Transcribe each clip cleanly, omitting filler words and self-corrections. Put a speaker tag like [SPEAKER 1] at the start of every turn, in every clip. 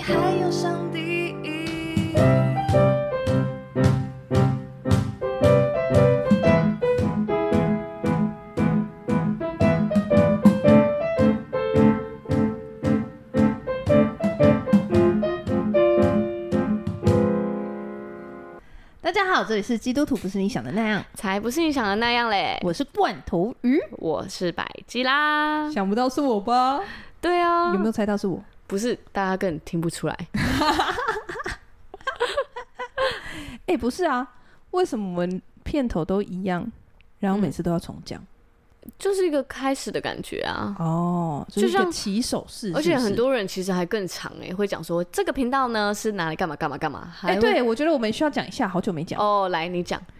[SPEAKER 1] 还有上帝。大家好，这里是基督徒不是你想的那样，
[SPEAKER 2] 才不是你想的那样嘞！
[SPEAKER 1] 我是罐头鱼，
[SPEAKER 2] 我是百基啦。
[SPEAKER 1] 想不到是我吧？
[SPEAKER 2] 对啊，
[SPEAKER 1] 有没有猜到是我？
[SPEAKER 2] 不是，大家根本听不出来。
[SPEAKER 1] 不是啊，为什么我们片头都一样，然后每次都要重讲？
[SPEAKER 2] 就是一个开始的感觉啊。
[SPEAKER 1] 哦，就是一个起手式，
[SPEAKER 2] 而且很多人其实还更长会讲说这个频道呢是拿来干嘛干嘛干嘛。
[SPEAKER 1] 对，我觉得我们需要讲一下，好久没讲
[SPEAKER 2] 哦。来，你讲。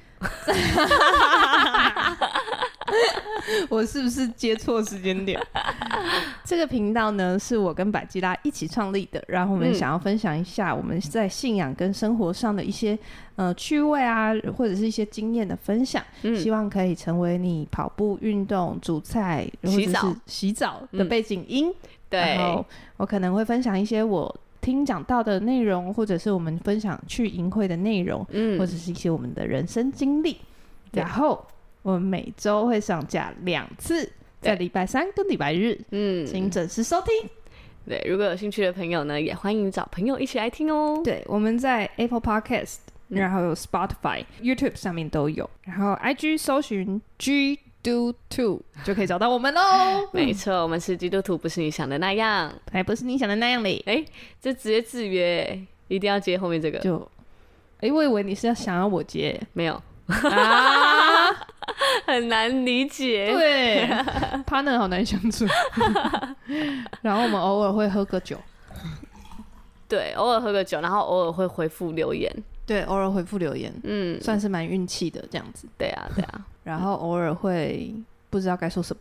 [SPEAKER 1] 我是不是接错时间点？这个频道呢是我跟百基拉一起创立的，然后我们想要分享一下我们在信仰跟生活上的一些趣味啊，或者是一些经验的分享，希望可以成为你跑步、运动、煮菜或者是洗澡的背景音。对，然后我可能会分享一些我听讲到的内容，或者是我们分享去营会的内容，或者是一些我们的人生经历。然后我们每周会上架2次，在礼拜3跟礼拜日，请准时收听。
[SPEAKER 2] 对，如果有兴趣的朋友呢，也欢迎找朋友一起来听哦。
[SPEAKER 1] 对，我们在 Apple Podcast，然后有 Spotify、YouTube 上面都有，然后 IG 搜寻 GDO2 就可以找到我们咯。
[SPEAKER 2] 没错，我们是基督徒，不是你想的那样，
[SPEAKER 1] 还不是你想的那样嘞。
[SPEAKER 2] 这直接制约，一定要接后面这个。
[SPEAKER 1] 我以为你是要想要我接，
[SPEAKER 2] 没有。
[SPEAKER 1] 啊，
[SPEAKER 2] 很难理解。
[SPEAKER 1] 对，partner 好难相处。然后我们偶尔会喝个酒，
[SPEAKER 2] 对，偶尔喝个酒，然后偶尔会回复留言，
[SPEAKER 1] 对，偶尔回复留言，算是蛮运气的这样子。
[SPEAKER 2] 对啊，对啊。
[SPEAKER 1] 然后偶尔会不知道该说什么，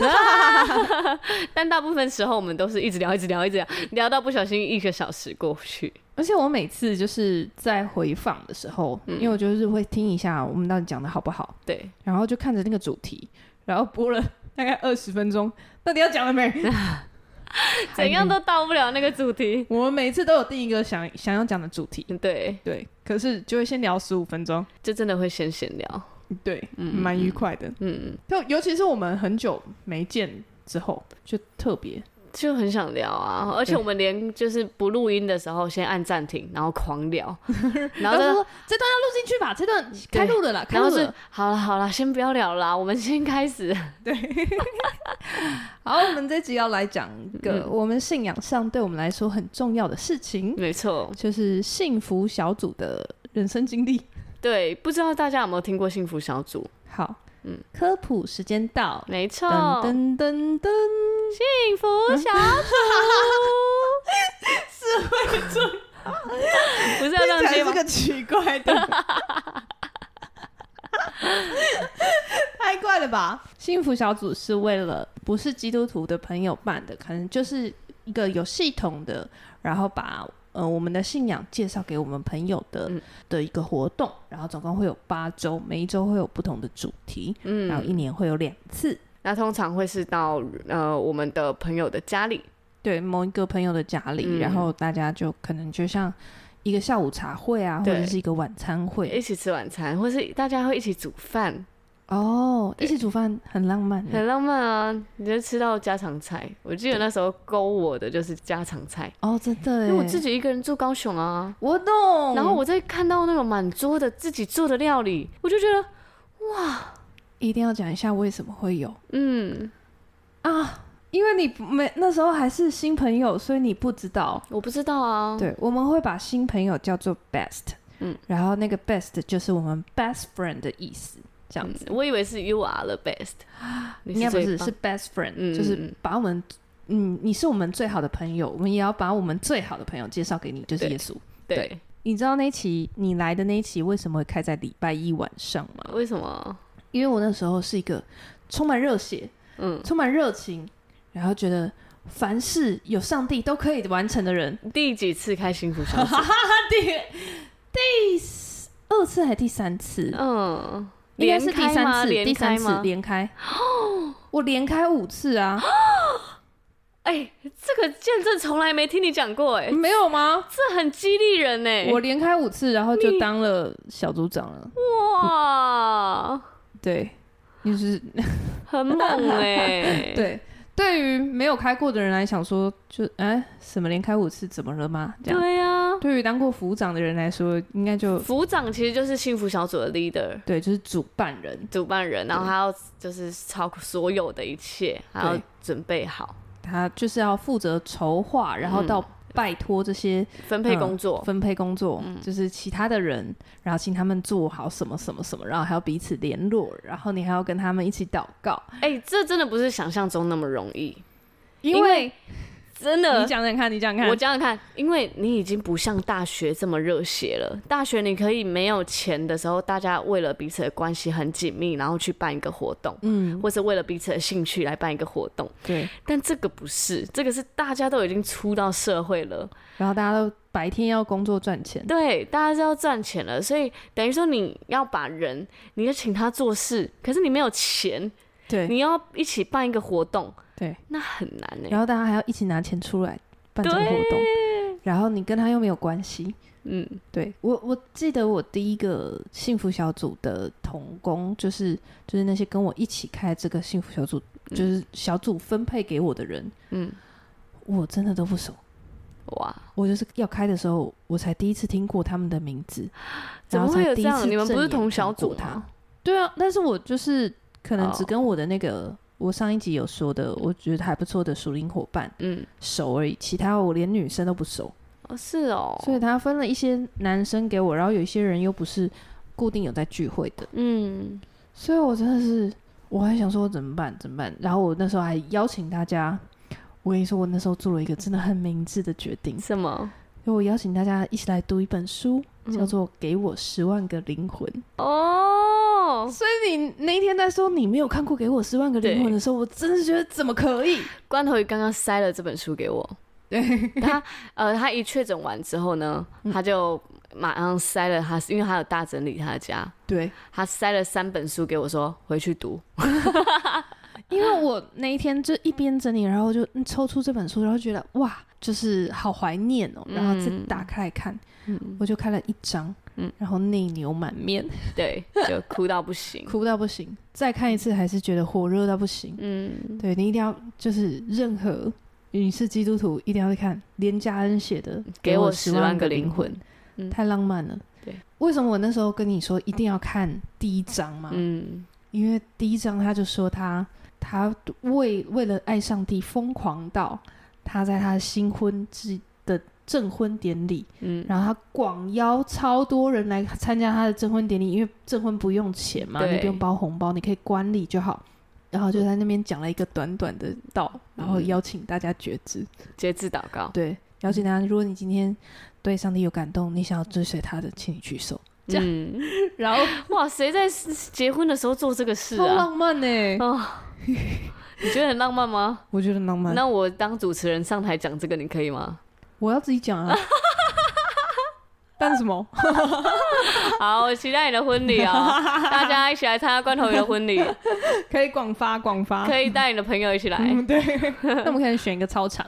[SPEAKER 2] 但大部分时候我们都是一直聊，一直聊，一直聊，聊到不小心1个小时过去。
[SPEAKER 1] 而且我每次就是在回放的时候，因为我就是会听一下我们到底讲的好不好，对，然后就看着那个主题，然后播了大概20分钟，到底要讲了没？
[SPEAKER 2] 怎样都到不了那个主题。
[SPEAKER 1] 我们每次都有定一个想要讲的主题，
[SPEAKER 2] 对，
[SPEAKER 1] 可是就会先聊15分钟，
[SPEAKER 2] 就真的会先闲聊，
[SPEAKER 1] 对，蛮愉快的，就尤其是我们很久没见之后，就特别。
[SPEAKER 2] 就很想聊啊，而且我们连就是不录音的时候先按暂停，然后狂聊，然后就说
[SPEAKER 1] 这段要录进去吧，这段开录了啦，
[SPEAKER 2] 然后是好了，先不要聊啦，我们先开始。
[SPEAKER 1] 对，好，我们这集要来讲一个我们信仰上对我们来说很重要的事情，
[SPEAKER 2] 没错，
[SPEAKER 1] 就是幸福小组的人生经历。
[SPEAKER 2] 对，不知道大家有没有听过幸福小组？
[SPEAKER 1] 好。科普时间到，
[SPEAKER 2] 没错，
[SPEAKER 1] 噔噔噔噔，
[SPEAKER 2] 幸福小组
[SPEAKER 1] 是会做，
[SPEAKER 2] 不是要这样接吗？
[SPEAKER 1] 这个奇怪的，太怪了吧？幸福小组是为了不是基督徒的朋友办的，可能就是一个有系统的，然后把我们的信仰介绍给我们朋友的一个活动，然后总共会有8周，每一周会有不同的主题，然后1年会有2次。
[SPEAKER 2] 那通常会是到我们的朋友的家里，
[SPEAKER 1] 对，某一个朋友的家里，然后大家就可能就像一个下午茶会啊，或者是一个晚餐会，
[SPEAKER 2] 一起吃晚餐，或是大家会一起煮饭。
[SPEAKER 1] 一起煮饭很浪漫，
[SPEAKER 2] 很浪漫啊！你就吃到家常菜，我记得那时候勾我的就是家常菜
[SPEAKER 1] 真的耶，
[SPEAKER 2] 因为我自己一个人住高雄啊，
[SPEAKER 1] 我懂。
[SPEAKER 2] 然后我在看到那种满桌的自己做的料理，我就觉得哇，
[SPEAKER 1] 一定要讲一下为什么会有，因为你那时候还是新朋友，所以你不知道。
[SPEAKER 2] 我不知道啊。
[SPEAKER 1] 对，我们会把新朋友叫做 best，然后那个 best 就是我们 best friend 的意思。这样子，
[SPEAKER 2] 我以为是 you are the best，
[SPEAKER 1] 应该不是，是 best friend，就是把我们，你是我们最好的朋友，我们也要把我们最好的朋友介绍给你，就是耶稣。对，你知道那一期你来的那一期为什么会开在礼拜1晚上吗？
[SPEAKER 2] 为什么？
[SPEAKER 1] 因为我那时候是一个充满热血，充满热情，然后觉得凡事有上帝都可以完成的人。
[SPEAKER 2] 第几次开幸福小组？
[SPEAKER 1] 第2次还是第3次？应该是第3次，第3次连开。我连开5次啊！
[SPEAKER 2] 这个见证从来没听你讲过
[SPEAKER 1] 没有吗？
[SPEAKER 2] 这很激励人
[SPEAKER 1] 我连开5次，然后就当了小组长了。
[SPEAKER 2] 哇，
[SPEAKER 1] 对，就是
[SPEAKER 2] 很猛
[SPEAKER 1] 对，对于没有开过的人来想说，就什么连开5次怎么了吗？这样
[SPEAKER 2] 对啊。
[SPEAKER 1] 对于当过副长的人来说，应该就
[SPEAKER 2] 副长其实就是幸福小组的 leader，
[SPEAKER 1] 对，就是主办人，
[SPEAKER 2] 然后他要就是操所有的一切，还要准备好。
[SPEAKER 1] 他就是要负责筹划，然后到拜托这些
[SPEAKER 2] 分配工作，
[SPEAKER 1] 就是其他的人，然后请他们做好什么什么什么，然后还要彼此联络，然后你还要跟他们一起祷告。
[SPEAKER 2] 这真的不是想象中那么容易，
[SPEAKER 1] 因为
[SPEAKER 2] 真的，
[SPEAKER 1] 你讲讲看，
[SPEAKER 2] 我讲讲看，因为你已经不像大学这么热血了。大学你可以没有钱的时候，大家为了彼此的关系很紧密，然后去办一个活动，或是为了彼此的兴趣来办一个活动。
[SPEAKER 1] 对，
[SPEAKER 2] 但这个不是，这个是大家都已经出到社会了，
[SPEAKER 1] 然后大家都白天要工作赚钱，
[SPEAKER 2] 对，大家是要赚钱了，所以等于说你要把人，你要请他做事，可是你没有钱，
[SPEAKER 1] 对，
[SPEAKER 2] 你要一起办一个活动。
[SPEAKER 1] 对，
[SPEAKER 2] 那很难
[SPEAKER 1] 然后大家还要一起拿钱出来办这个活动，然后你跟他又没有关系。对，我记得我第一个幸福小组的同工，就是那些跟我一起开这个幸福小组，就是小组分配给我的人，我真的都不熟。哇！我就是要开的时候，我才第一次听过他们的名字，
[SPEAKER 2] 怎么会有这样？
[SPEAKER 1] 你
[SPEAKER 2] 们不是同小组吗？
[SPEAKER 1] 对啊，但是我就是可能只跟我的那个。我上一集有说的，我觉得还不错的属灵伙伴，熟而已，其他我连女生都不熟。
[SPEAKER 2] 是哦，
[SPEAKER 1] 所以他分了一些男生给我，然后有一些人又不是固定有在聚会的，所以我真的是，我还想说怎么办，然后我那时候还邀请大家，我跟你说，我那时候做了一个真的很明智的决定。
[SPEAKER 2] 什么？
[SPEAKER 1] 因为我邀请大家一起来读一本书，叫做《给我10万个灵魂》。所以你那一天在说你没有看过《给我10万个灵魂》的时候，我真的觉得怎么可以？
[SPEAKER 2] 关头鱼刚刚塞了这本书给我，对他一确诊完之后呢，他就马上塞了他，因为他有大整理他的家，对，他塞了3本书给我说回去读。
[SPEAKER 1] 因为我那一天就一边整理，然后就抽出这本书，然后觉得哇，就是好怀念哦，然后再打开来看，我就看了1章，然后内牛满面，
[SPEAKER 2] 对，就哭到不行，
[SPEAKER 1] 哭到不行。再看一次还是觉得火热到不行。对，你一定要就是任何你是基督徒一定要看连家恩写的《给我10万个灵魂》，太浪漫了。对，为什么我那时候跟你说一定要看第1章嘛？因为第1章他就说他为了爱上帝疯狂到他在他的新婚的证婚典礼，然后他广邀超多人来参加他的证婚典礼，因为证婚不用钱嘛，你不用包红包，你可以观礼就好。然后就在那边讲了一个短短的道，然后邀请大家决志
[SPEAKER 2] 祷告。
[SPEAKER 1] 对，邀请大家，如果你今天对上帝有感动，你想要追随他的，请你举手。这样，然后
[SPEAKER 2] 哇，谁在结婚的时候做这个事啊？
[SPEAKER 1] 超浪漫欸。
[SPEAKER 2] 你觉得很浪漫吗？
[SPEAKER 1] 我觉得浪漫。
[SPEAKER 2] 那我当主持人上台讲这个，你可以吗？
[SPEAKER 1] 我要自己讲啊。办什么？
[SPEAKER 2] 好，我期待你的婚礼啊！大家一起来参加关头鱼的婚礼，
[SPEAKER 1] 可以广发，可
[SPEAKER 2] 以带你的朋友一起来。
[SPEAKER 1] 对，那我们可以选一个操场。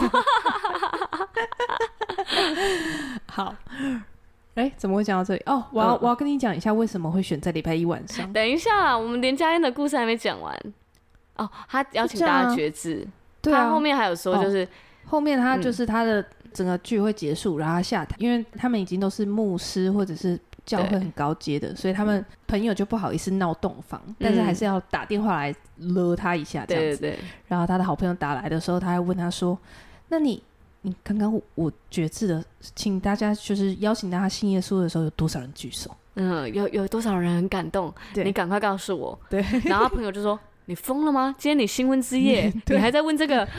[SPEAKER 1] 好。怎么会讲到这里？我要跟你讲一下为什么会选在礼拜1晚上。
[SPEAKER 2] 等一下，我们连家恩的故事还没讲完。他邀请大家决志。对啊，他后面还有说，就是
[SPEAKER 1] 后面他就是他的整个聚会结束，然后他下台，因为他们已经都是牧师或者是教会很高阶的，所以他们朋友就不好意思闹洞房，但是还是要打电话来勒他一下这样子。对。然后他的好朋友打来的时候，他还问他说：“那你刚刚我决志的，请大家就是邀请大家信耶稣的时候，有多少人举手？
[SPEAKER 2] 有多少人很感动？你赶快告诉我。”对。然后他朋友就说：“你疯了吗？今天你新婚之夜，你还在问这个？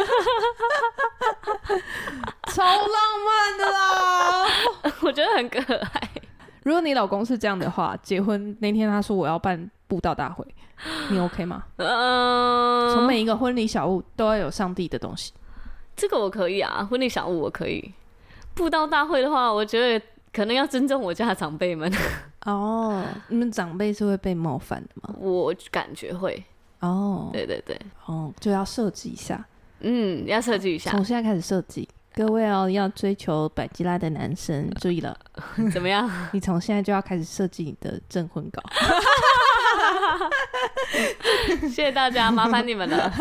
[SPEAKER 1] 超浪漫的啦！
[SPEAKER 2] 我觉得很可爱。
[SPEAKER 1] 如果你老公是这样的话，结婚那天他说我要办布道大会，你 OK 吗？从每一个婚礼小物都要有上帝的东西。
[SPEAKER 2] 这个我可以啊，婚礼小物我可以。布道大会的话，我觉得可能要尊重我家的长辈们。
[SPEAKER 1] 你们长辈是会被冒犯的吗？
[SPEAKER 2] 我感觉会。对，
[SPEAKER 1] 就要设计一下。
[SPEAKER 2] 要设计一下，
[SPEAKER 1] 从现在开始设计。各位要追求百吉拉的男生注意了，
[SPEAKER 2] 怎么样？
[SPEAKER 1] 你从现在就要开始设计你的证婚稿。
[SPEAKER 2] 谢谢大家，麻烦你们了。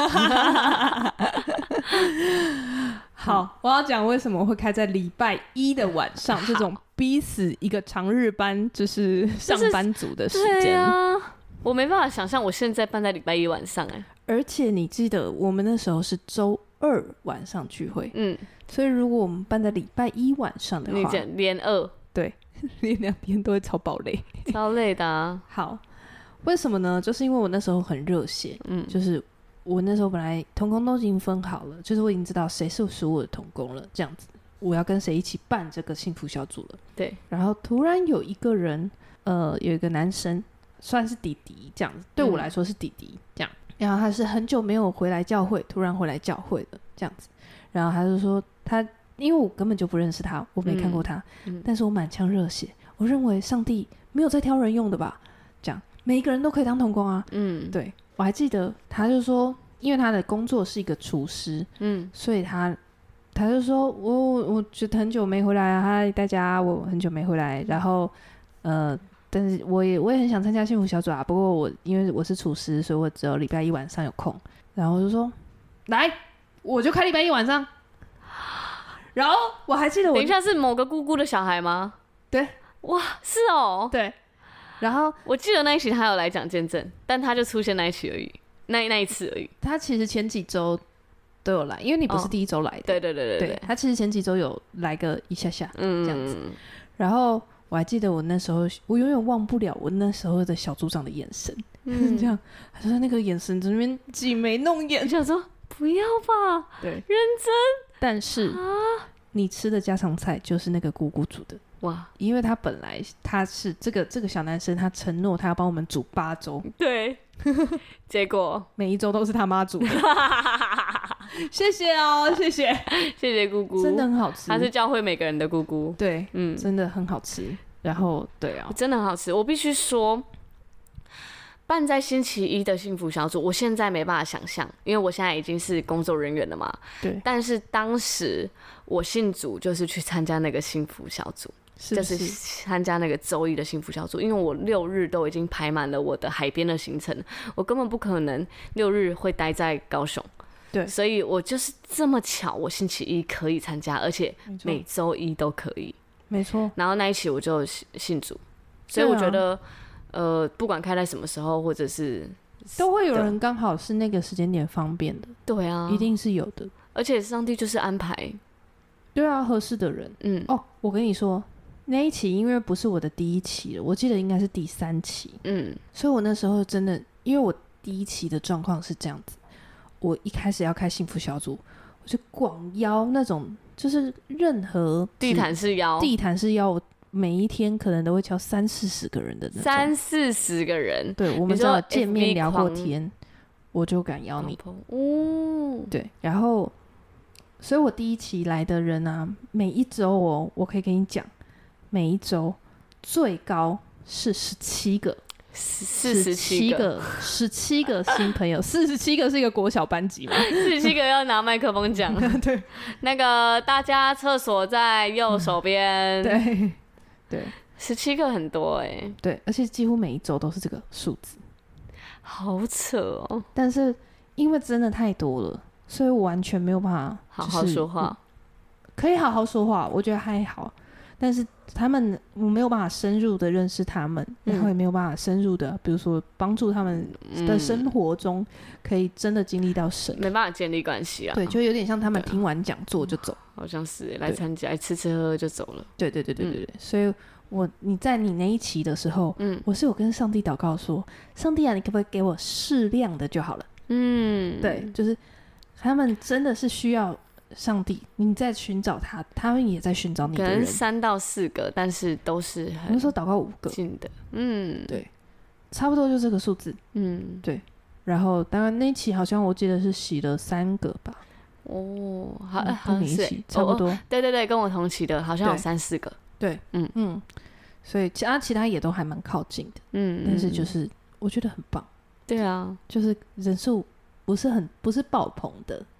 [SPEAKER 1] 好，我要讲为什么会开在礼拜一的晚上，这种逼死一个长日班就是上班族的时间。
[SPEAKER 2] 对啊，我没办法想象我现在办在礼拜一晚上
[SPEAKER 1] 而且你记得我们那时候是周二晚上聚会，所以如果我们办在礼拜一晚上的话，
[SPEAKER 2] 你连2，
[SPEAKER 1] 对，连2天都会超爆累，
[SPEAKER 2] 超累的啊。
[SPEAKER 1] 好，为什么呢？就是因为我那时候很热血，就是我那时候本来同工都已经分好了，就是我已经知道谁是属我的同工了，这样子我要跟谁一起办这个幸福小组了。
[SPEAKER 2] 对，
[SPEAKER 1] 然后突然有一个人，有一个男生，算是弟弟这样子，对我来说是弟弟这样。然后他是很久没有回来教会，突然回来教会了这样子。然后他就说他，因为我根本就不认识他，我没看过他，但是我满腔热血，我认为上帝没有在挑人用的吧，这样每一个人都可以当同工啊。对，我还记得他就说，因为他的工作是一个厨师，所以他就说我觉得很久没回来啊，嗨大家，我很久没回来，然后但是我也很想参加幸福小组啊，不过因为我是厨师，所以我只有礼拜一晚上有空。然后我就说来，我就开礼拜一晚上。然后我还记得
[SPEAKER 2] 等一下是某个姑姑的小孩吗？
[SPEAKER 1] 对，
[SPEAKER 2] 哇，是哦，
[SPEAKER 1] 对。然后
[SPEAKER 2] 我记得那一期他有来讲见证，但他就出现那一期而已，那一次而已。
[SPEAKER 1] 他其实前几周都有来，因为你不是第一周来的。对，他其实前几周有来个一下下，这样子。然后我还记得我那时候，我永远忘不了我那时候的小组长的眼神，这样，他说那个眼神在那边挤眉弄眼，
[SPEAKER 2] 想说不要吧，
[SPEAKER 1] 对，
[SPEAKER 2] 认真。
[SPEAKER 1] 但是你吃的家常菜就是那个姑姑煮的，哇！因为他本来他是这个小男生，他承诺他要帮我们煮8周，
[SPEAKER 2] 对，结果
[SPEAKER 1] 每一周都是他妈煮的。谢谢哦，谢谢
[SPEAKER 2] 姑姑，
[SPEAKER 1] 真的很好吃。
[SPEAKER 2] 她是教会每个人的姑姑，
[SPEAKER 1] 对，真的很好吃。然后对啊，
[SPEAKER 2] 真的很好吃。我必须说，办在星期一的幸福小组，我现在没办法想象，因为我现在已经是工作人员了嘛。对。但是当时我信主，就是去参加那个幸福小组，就是参加那个周一的幸福小组，因为我6日都已经排满了我的海边的行程，我根本不可能6日会待在高雄。对，所以我就是这么巧，我星期一可以参加，而且每周一都可以，
[SPEAKER 1] 没错。
[SPEAKER 2] 然后那一期我就信主，所以我觉得，不管开在什么时候，或者是
[SPEAKER 1] 都会有人刚好是那个时间点方便的。
[SPEAKER 2] 对啊，
[SPEAKER 1] 一定是有的。
[SPEAKER 2] 而且上帝就是安排，
[SPEAKER 1] 对啊，合适的人。我跟你说，那一期因为不是我的第一期了，我记得应该是第3期。所以我那时候真的，因为我第一期的状况是这样子。我一开始要开幸福小组，我就广邀那种，就是任何
[SPEAKER 2] 地毯式邀，
[SPEAKER 1] 我每一天可能都会敲30-40个人的那种
[SPEAKER 2] ，30-40个人，
[SPEAKER 1] 对，我们只要见面聊过天，我就敢邀你。对，然后，所以我第一期来的人啊，每一周我可以跟你讲，每一周最高是17个。17个新朋友，47个是一个国小班级嘛
[SPEAKER 2] ？47个要拿麦克风讲。
[SPEAKER 1] 对，
[SPEAKER 2] 那个大家厕所在右手边。
[SPEAKER 1] 对
[SPEAKER 2] ，17个很多
[SPEAKER 1] 对，而且几乎每一周都是这个数字，
[SPEAKER 2] 好扯哦。
[SPEAKER 1] 但是因为真的太多了，所以我完全没有办法
[SPEAKER 2] 好好说话。
[SPEAKER 1] 可以好好说话，我觉得还好。但是我没有办法深入的认识他们，然后也没有办法深入的，比如说帮助他们的生活中可以真的经历到神，
[SPEAKER 2] 没办法建立关系啊。
[SPEAKER 1] 对，就有点像他们听完讲座就走，
[SPEAKER 2] 好像是来参加，吃吃喝喝就走了。
[SPEAKER 1] 对，所以你在你那一期的时候，我是有跟上帝祷告说，上帝啊，你可不可以给我适量的就好了？对，就是他们真的是需要。上帝，你在寻找他，他们也在寻找你的人。
[SPEAKER 2] 可能3到4个，但是都是很。
[SPEAKER 1] 我那时候祷告5个
[SPEAKER 2] 近的，
[SPEAKER 1] 对，差不多就这个数字，对。然后当然那一期好像我记得是洗了3个吧。
[SPEAKER 2] 好
[SPEAKER 1] 像是差不多。
[SPEAKER 2] 对，跟我同期的好像有3-4个。
[SPEAKER 1] 对，所以其他也都还蛮靠近的，但是就是我觉得很棒。
[SPEAKER 2] 对啊，
[SPEAKER 1] 就是人数不是爆棚的。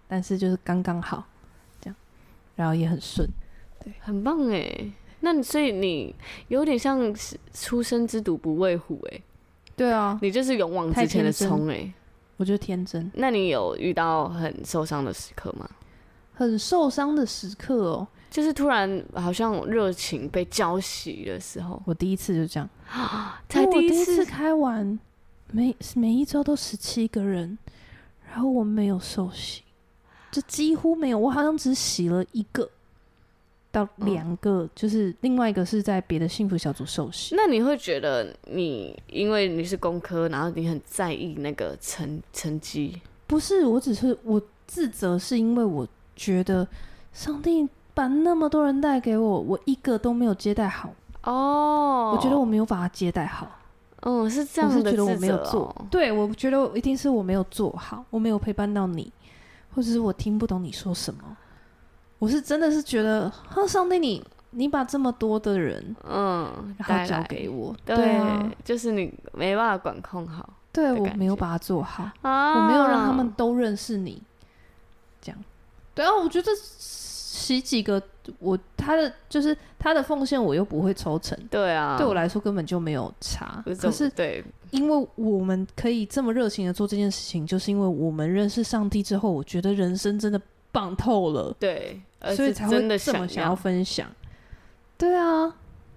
[SPEAKER 1] 但是就是刚刚好这样，然后也很顺，对，
[SPEAKER 2] 很棒哎。那所以你有点像初生之犊不畏虎哎。
[SPEAKER 1] 对啊，
[SPEAKER 2] 你就是勇往直前的冲哎。
[SPEAKER 1] 我觉得天真。
[SPEAKER 2] 那你有遇到很受伤的时刻吗？
[SPEAKER 1] 很受伤的时刻哦，
[SPEAKER 2] 就是突然好像热情被浇熄的时候。
[SPEAKER 1] 我第一次就这样，
[SPEAKER 2] 才第一次
[SPEAKER 1] 开完，每一周都17个人，然后我没有受洗，就几乎没有，我好像只洗了1个到2个，就是另外一个是在别的幸福小组受洗。
[SPEAKER 2] 那你会觉得因为你是工科，然后你很在意那个成绩？
[SPEAKER 1] 不是，我自责是因为我觉得上帝把那么多人带给我，我一个都没有接待好。我觉得我没有把它接待好。
[SPEAKER 2] 是这样的自责。
[SPEAKER 1] 我是觉得我没有做，对，我觉得一定是我没有做好，我没有陪伴到你，或者是我听不懂你说什么。我是真的是觉得，上帝你把这么多的人，然后交给我，对啊，
[SPEAKER 2] 就是你没办法管控好。
[SPEAKER 1] 对，我没有把它做好，我没有让他们都认识你，这样。对啊，我觉得洗几个，他的奉献我又不会抽成，
[SPEAKER 2] 对啊，
[SPEAKER 1] 对我来说根本就没有差。可是
[SPEAKER 2] 对，
[SPEAKER 1] 因为我们可以这么热情的做这件事情，就是因为我们认识上帝之后，我觉得人生真的棒透了，
[SPEAKER 2] 对，
[SPEAKER 1] 所以才会这么想要分享。对啊，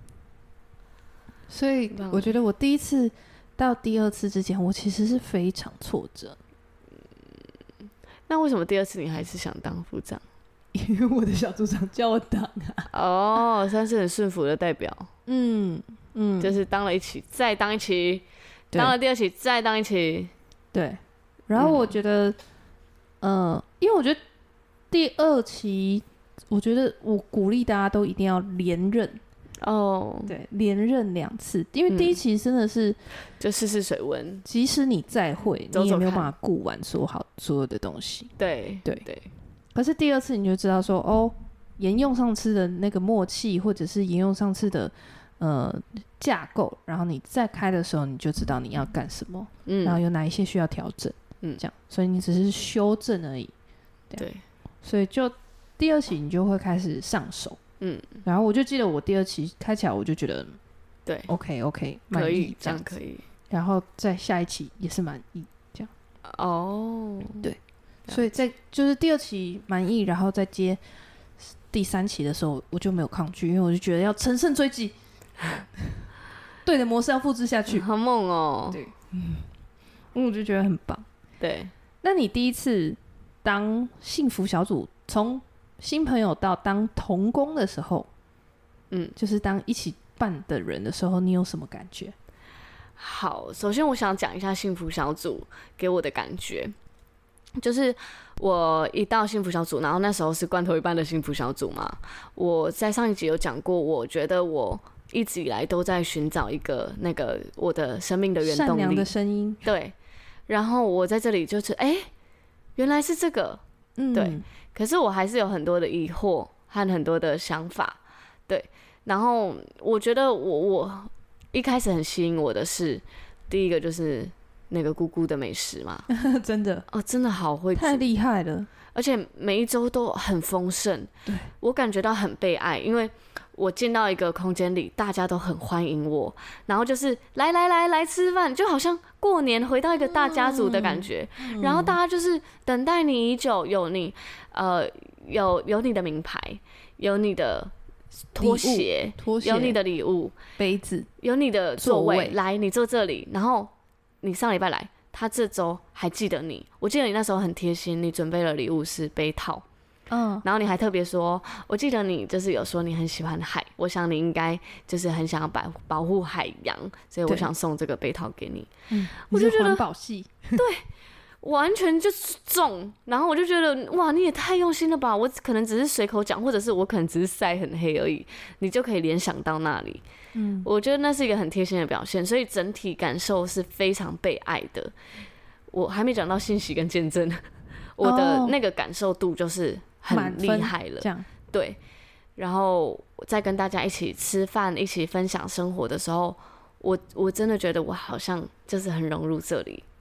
[SPEAKER 1] 所以我觉得我第一次到第2次之前，我其实是非常挫折。
[SPEAKER 2] 那为什么第2次你还是想当副长？
[SPEAKER 1] 因为我的小组长叫我当啊。
[SPEAKER 2] 算是很顺服的代表。就是当了1期，再当1期，当了第2期，再当1期。对。
[SPEAKER 1] 然后我觉得，因为我觉得第2期，我觉得我鼓励大家都一定要连任。对，连任2次，因为第1期真的是
[SPEAKER 2] 就试试水温，
[SPEAKER 1] 即使你再会，你也没有办法顾完所有的东西。
[SPEAKER 2] 对。
[SPEAKER 1] 可是第2次你就知道说，沿用上次的那个默契，或者是沿用上次的架构，然后你再开的时候，你就知道你要干什么，然后有哪一些需要调整，这样，所以你只是修正而已。对，所以就第2期你就会开始上手。然后我就记得我第2期开起来，我就觉得
[SPEAKER 2] 对
[SPEAKER 1] ，OK，
[SPEAKER 2] 可以，这样可以。
[SPEAKER 1] 然后再下一期也是满意，这样。对，所以就是第2期满意，然后再接第3期的时候，我就没有抗拒，因为我就觉得要乘胜追击，对的模式要复制下去，
[SPEAKER 2] 好猛哦。
[SPEAKER 1] 对，我就觉得很棒。
[SPEAKER 2] 对，
[SPEAKER 1] 那你第1次当幸福小组，从新朋友到当同工的时候，就是当一起办的人的时候，你有什么感觉？
[SPEAKER 2] 好，首先我想讲一下幸福小组给我的感觉，就是我一到幸福小组，然后那时候是罐头一般的幸福小组嘛，我在上一集有讲过，我觉得我一直以来都在寻找一个那个我的生命的原动力，
[SPEAKER 1] 善良的声音。
[SPEAKER 2] 对，然后我在这里就是原来是这个，对。可是我还是有很多的疑惑和很多的想法，对。然后我觉得我一开始很吸引我的是，第一个就是那个姑姑的美食嘛，
[SPEAKER 1] 真的
[SPEAKER 2] 真的好会煮，
[SPEAKER 1] 太厉害了，而
[SPEAKER 2] 且每一周都很丰盛，
[SPEAKER 1] 对，
[SPEAKER 2] 我感觉到很被爱，因为我进到一个空间里，大家都很欢迎我，然后就是来吃饭，就好像过年回到一个大家族的感觉，然后大家就是等待你已久，有你有你的名牌，有你的拖鞋，有你的礼物，
[SPEAKER 1] 杯子，
[SPEAKER 2] 有你的座位，来你坐这里，然后你上礼拜来，他这周还记得你，我记得你那时候很贴心，你准备了礼物是杯套，然后你还特别说，我记得你就是有说你很喜欢海，我想你应该就是很想要保护海洋，所以我想送这个杯套给你。
[SPEAKER 1] 我就觉得环保系，
[SPEAKER 2] 对，完全就是中，然后我就觉得哇，你也太用心了吧！我可能只是随口讲，或者是我可能只是晒很黑而已，你就可以联想到那里。我觉得那是一个很贴心的表现，所以整体感受是非常被爱的。我还没讲到信息跟见证，我的那个感受度就是很厉害了，
[SPEAKER 1] 这样
[SPEAKER 2] 对。然后在跟大家一起吃饭、一起分享生活的时候，我真的觉得我好像就是很融入这里。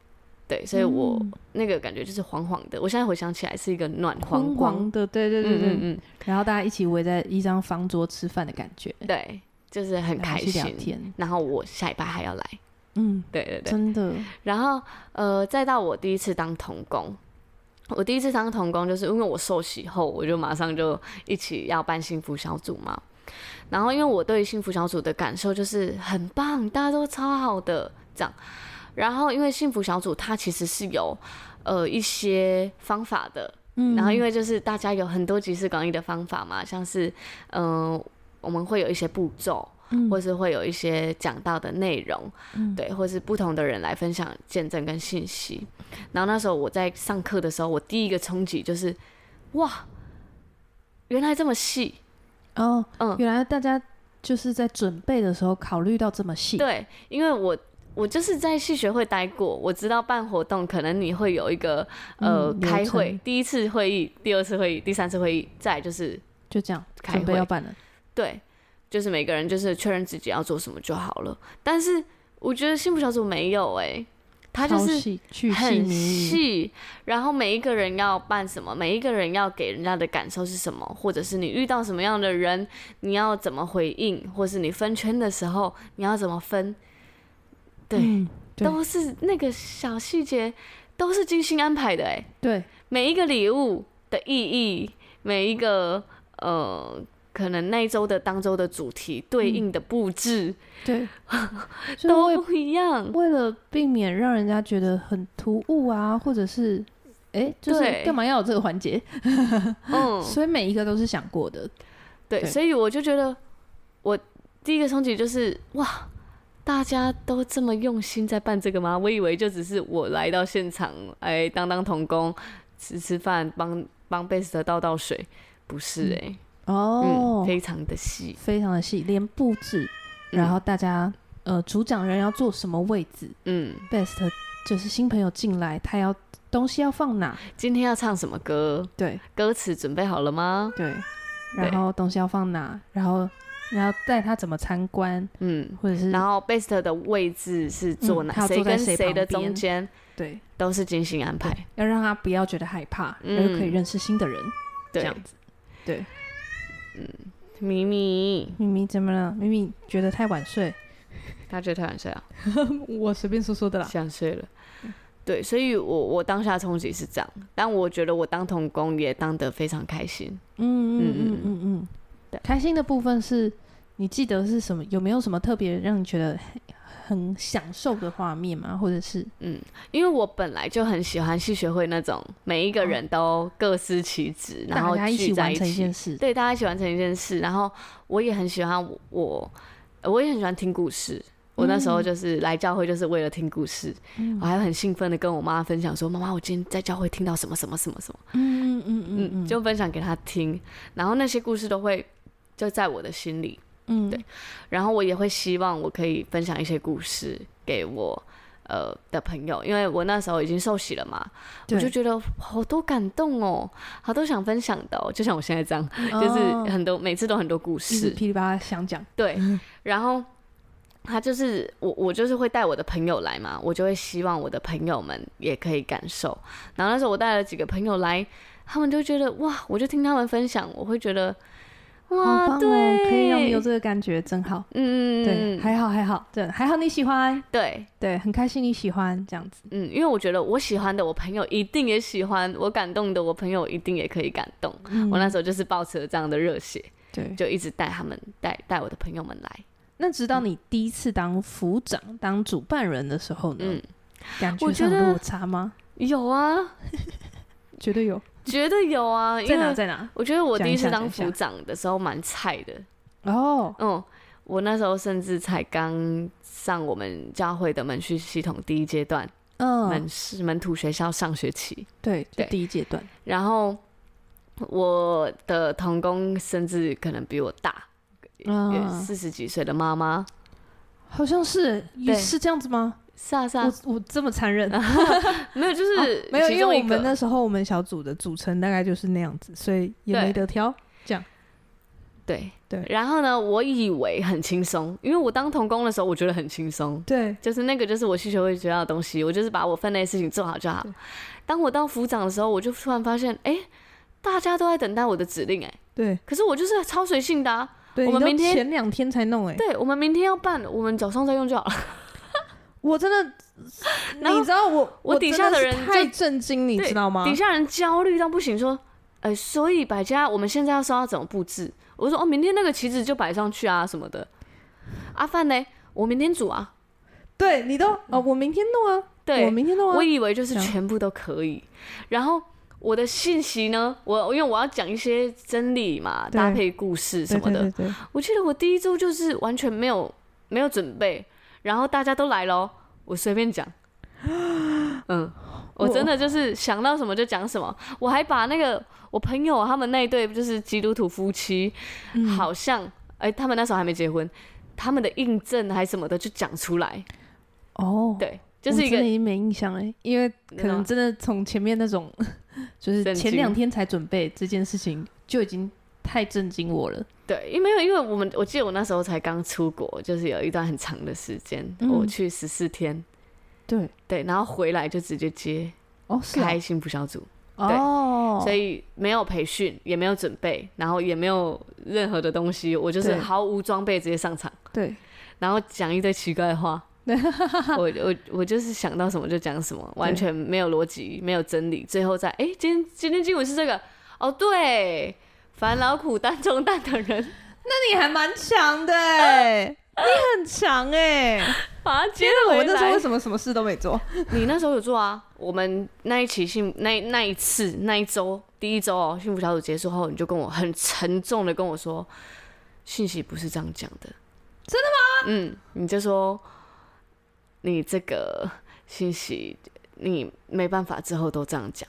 [SPEAKER 2] 对，所以我那个感觉就是黄黄的，我现在回想起来是一个暖黄光
[SPEAKER 1] 黄的，对对对对，然后大家一起围在一张方桌吃饭的感觉，
[SPEAKER 2] 对，就是很开心，
[SPEAKER 1] 聊天，
[SPEAKER 2] 然后我下礼拜还要来，对对对，
[SPEAKER 1] 真的。
[SPEAKER 2] 然后再到我第一次当童工，我第一次当童工就是因为我受洗后，我就马上就一起要办幸福小组嘛。然后因为我对幸福小组的感受就是很棒，大家都超好的这样。然后因为幸福小组它其实是有一些方法的，然后因为就是大家有很多集思广益的方法嘛，像是我们会有一些步骤，或是会有一些讲到的内容，对，或是不同的人来分享见证跟信息。然后那时候我在上课的时候，我第一个冲击就是哇，原来这么细
[SPEAKER 1] 哦，原来大家就是在准备的时候考虑到这么细。
[SPEAKER 2] 对，因为我就是在系学会待过，我知道办活动可能你会有一个开会，第一次会议、第二次会议、第三次会议，再来就是
[SPEAKER 1] 就这样
[SPEAKER 2] 开会
[SPEAKER 1] 准备要办了。
[SPEAKER 2] 对，就是每个人就是确认自己要做什么就好了。但是我觉得幸福小组没有它就是很细，然后每一个人要办什么，每一个人要给人家的感受是什么，或者是你遇到什么样的人，你要怎么回应，或是你分圈的时候你要怎么分，对，都是那个小细节，都是精心安排的
[SPEAKER 1] 对，
[SPEAKER 2] 每一个礼物的意义，每一个可能那一周的当周的主题对应的布置，
[SPEAKER 1] 对，
[SPEAKER 2] 都不一样。
[SPEAKER 1] 为了避免让人家觉得很突兀啊，或者是就是干嘛要有这个环节？所以每一个都是想过的。
[SPEAKER 2] 对，所以我就觉得，我第一个冲击就是哇，大家都这么用心在办这个吗？我以为就只是我来到现场，当童工，吃饭，帮贝斯特倒水，不是非常的细，
[SPEAKER 1] 非常的细，连布置，然后大家主讲人要坐什么位置，best 就是新朋友进来，他要东西要放哪，
[SPEAKER 2] 今天要唱什么歌，
[SPEAKER 1] 对，
[SPEAKER 2] 歌词准备好了吗？
[SPEAKER 1] 对，然后东西要放哪，然后带他怎么参观，或者是，
[SPEAKER 2] 然后 best 的位置是坐哪，谁跟谁的中间，
[SPEAKER 1] 对，
[SPEAKER 2] 都是精心安排，
[SPEAKER 1] 要让他不要觉得害怕，然后可以认识新的人，这样子，对。
[SPEAKER 2] 咪咪
[SPEAKER 1] 怎么了？咪咪觉得太晚睡，
[SPEAKER 2] 他觉得太晚睡啊？
[SPEAKER 1] 我随便说的啦，
[SPEAKER 2] 想睡了。对，所以我当下冲击是这样，但我觉得我当童工也当得非常开心。
[SPEAKER 1] 开心的部分是你记得是什么？有没有什么特别让你觉得很享受的画面吗？或者是
[SPEAKER 2] 因为我本来就很喜欢系学会那种每一个人都各司其职，然后
[SPEAKER 1] 大家一起完成一件事，
[SPEAKER 2] 对，大家一起完成一件事。然后我也很喜欢我也很喜欢听故事。我那时候就是来教会就是为了听故事，我还很兴奋的跟我妈分享说，妈妈，我今天在教会听到什么什么什么什么，就分享给她听。然后那些故事都会就在我的心里。对，然后我也会希望我可以分享一些故事给我的朋友，因为我那时候已经受洗了嘛，我就觉得好多感动哦，好多想分享的就像我现在这样，就是很多每次都很多故事，
[SPEAKER 1] 噼里啪啦想讲。
[SPEAKER 2] 对，然后他就是我就是会带我的朋友来嘛，我就会希望我的朋友们也可以感受。然后那时候我带了几个朋友来，他们就觉得哇，我就听他们分享，我会觉得。哇，
[SPEAKER 1] 好棒哦！可以让你有这个感觉，真好。对，还好，对，还好你喜欢，
[SPEAKER 2] 对，
[SPEAKER 1] 很开心你喜欢这样子。
[SPEAKER 2] 因为我觉得我喜欢的，我朋友一定也喜欢；我感动的，我朋友一定也可以感动。我那时候就是抱持了这样的热血，对，就一直带他们带我的朋友们来。
[SPEAKER 1] 那直到你第一次当副长、当主办人的时候呢？感觉上有落差吗？
[SPEAKER 2] 有啊，
[SPEAKER 1] 绝对有。
[SPEAKER 2] 绝对有啊！
[SPEAKER 1] 在哪？
[SPEAKER 2] 我觉得我第一次当副长的时候蛮菜的
[SPEAKER 1] 哦。
[SPEAKER 2] 我那时候甚至才刚上我们教会的门训系统第一阶段，门徒学校上学期，
[SPEAKER 1] 对，第一阶段。
[SPEAKER 2] 然后我的同工甚至可能比我大，40几岁的妈妈，
[SPEAKER 1] 好像是这样子吗？
[SPEAKER 2] 是啊，
[SPEAKER 1] 我这么残忍，
[SPEAKER 2] 没有，就是
[SPEAKER 1] 没有，因为我们那时候我们小组的组成大概就是那样子，所以也没得挑，这样。
[SPEAKER 2] 对
[SPEAKER 1] 对。
[SPEAKER 2] 然后呢，我以为很轻松，因为我当童工的时候，我觉得很轻松。
[SPEAKER 1] 对，
[SPEAKER 2] 就是那个就是我系学会学到的东西，我就是把我分内的事情做好就好。当我当副长的时候，我就突然发现，大家都在等待我的指令，
[SPEAKER 1] 对。
[SPEAKER 2] 可是我就是超随性的啊。
[SPEAKER 1] 对，
[SPEAKER 2] 我们明天
[SPEAKER 1] 前2天才弄，
[SPEAKER 2] 对，我们明天要办，我们早上再用就好了。
[SPEAKER 1] 我真的，你知道我
[SPEAKER 2] 底下的人
[SPEAKER 1] 太震惊，你知道吗？
[SPEAKER 2] 底下人焦虑到不行，说，所以百家我们现在要说要怎么布置？我说明天那个旗子就摆上去啊什么的。阿范呢？我明天煮啊。
[SPEAKER 1] 对，你都我明天弄啊。
[SPEAKER 2] 对，
[SPEAKER 1] 我明天弄啊。
[SPEAKER 2] 我以为就是全部都可以，然后我的信息呢，因为我要讲一些真理嘛，搭配故事什么的。
[SPEAKER 1] 对，
[SPEAKER 2] 我记得我第一周就是完全没有准备，然后大家都来咯，我随便讲。我真的就是想到什么就讲什么。我还把那个我朋友他们那一对就是基督徒夫妻，好像他们那时候还没结婚，他们的印证还什么的就讲出来。对，就是一个
[SPEAKER 1] 我真的已经没印象了，因为可能真的从前面那种就是前2天才准备这件事情就已经太震惊我了。
[SPEAKER 2] 对，因为我记得我那时候才刚出国，就是有一段很长的时间，我去14天。对，然后回来就直接接开幸福小组。对，所以没有培训，也没有准备，然后也没有任何的东西，我就是毫无装备直接上场。
[SPEAKER 1] 对，
[SPEAKER 2] 然后讲一堆奇怪的话。我就是想到什么就讲什么，完全没有逻辑，没有真理。最后今天经文是这个对，烦劳苦担重担的人。
[SPEAKER 1] 那你还蛮强的你很强
[SPEAKER 2] 把它接回来。
[SPEAKER 1] 我那时候为什么什么事都没做？
[SPEAKER 2] 你那时候有做啊？我们那一期那一周第一周幸福小组结束后，你就跟我很沉重的跟我说，信息不是这样讲的。
[SPEAKER 1] 真的
[SPEAKER 2] 吗？你就说你这个信息你没办法之后都这样讲。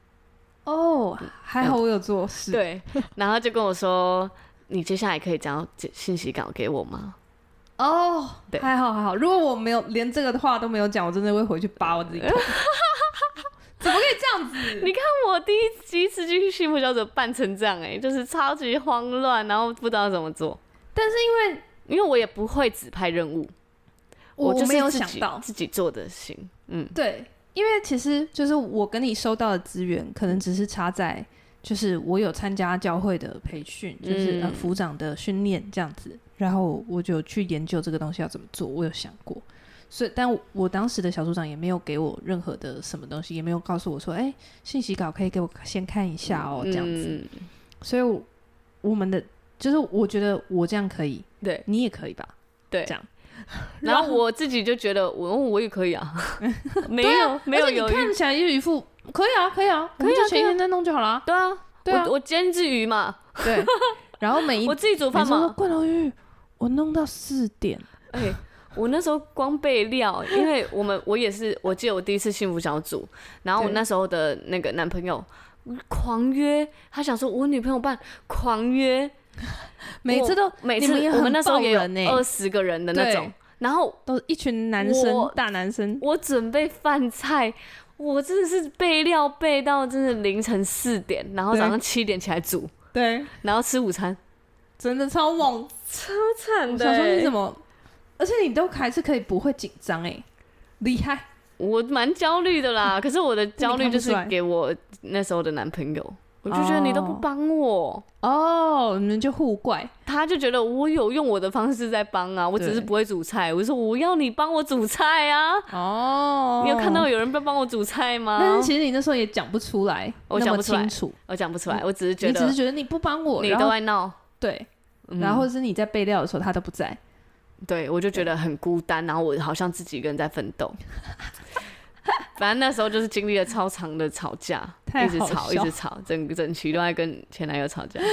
[SPEAKER 1] 还好我有做事。
[SPEAKER 2] 对，然后就跟我说，你接下来可以讲信息稿给我吗？对，
[SPEAKER 1] 还好。如果我没有连这个话都没有讲，我真的会回去扒我自己头。怎么可以这样子？
[SPEAKER 2] 你看我第一次去幸福小组办成这样就是超级慌乱，然后不知道怎么做。
[SPEAKER 1] 但是
[SPEAKER 2] 因为我也不会指派任务，
[SPEAKER 1] 我
[SPEAKER 2] 就是
[SPEAKER 1] 没有想到
[SPEAKER 2] 自己做的行。
[SPEAKER 1] 对，因为其实就是我跟你收到的资源，可能只是差在就是我有参加教会的培训，就是辅长的训练这样子，然后我就去研究这个东西要怎么做，我有想过。所以，但我当时的小组长也没有给我任何的什么东西，也没有告诉我说，信息稿可以给我先看一下这样子。所以我们的就是我觉得我这样可以，
[SPEAKER 2] 对，
[SPEAKER 1] 你也可以吧？
[SPEAKER 2] 对，
[SPEAKER 1] 这样。
[SPEAKER 2] 然后我自己就觉得我也可以啊，没有犹豫，
[SPEAKER 1] 你看起来就一副可以啊，我们就前一天再弄就好了。
[SPEAKER 2] 对啊，我煎只鱼嘛，
[SPEAKER 1] 对，然后
[SPEAKER 2] 我自己煮饭嘛，
[SPEAKER 1] 罐头鱼我弄到4点。
[SPEAKER 2] 我那时候光备料，因为我也是，我记得我第一次幸福小组，然后我那时候的那个男朋友狂约，他想说我女朋友办狂约，每次我们那时候也有20个人的那种，然后
[SPEAKER 1] 都一群男生，大男生。
[SPEAKER 2] 我准备饭菜，我真的是备料备到真的凌晨4点，然后早上7点起来煮，
[SPEAKER 1] 对，
[SPEAKER 2] 然后吃午餐，
[SPEAKER 1] 真的超猛，
[SPEAKER 2] 超惨的。
[SPEAKER 1] 我想说你怎么？而且你都还是可以不会紧张厉害！
[SPEAKER 2] 我蛮焦虑的啦，可是我的焦虑就是给我那时候的男朋友，我就觉得你都不帮我
[SPEAKER 1] 你们就互怪，
[SPEAKER 2] 他就觉得我有用我的方式在帮啊，我只是不会煮菜，我就说我要你帮我煮菜啊。你有看到有人在帮我煮菜吗？
[SPEAKER 1] 但是其实你那时候也讲不出来，
[SPEAKER 2] 我讲不出来，
[SPEAKER 1] 我
[SPEAKER 2] 讲不出来，我只是觉得
[SPEAKER 1] 你不帮我，
[SPEAKER 2] 你都在闹，
[SPEAKER 1] 对，然后或者是你在备料的时候他都不在。
[SPEAKER 2] 对，我就觉得很孤单，然后我好像自己一个人在奋斗。反正那时候就是经历了超长的吵架，一直吵，整期都在跟前男友吵架。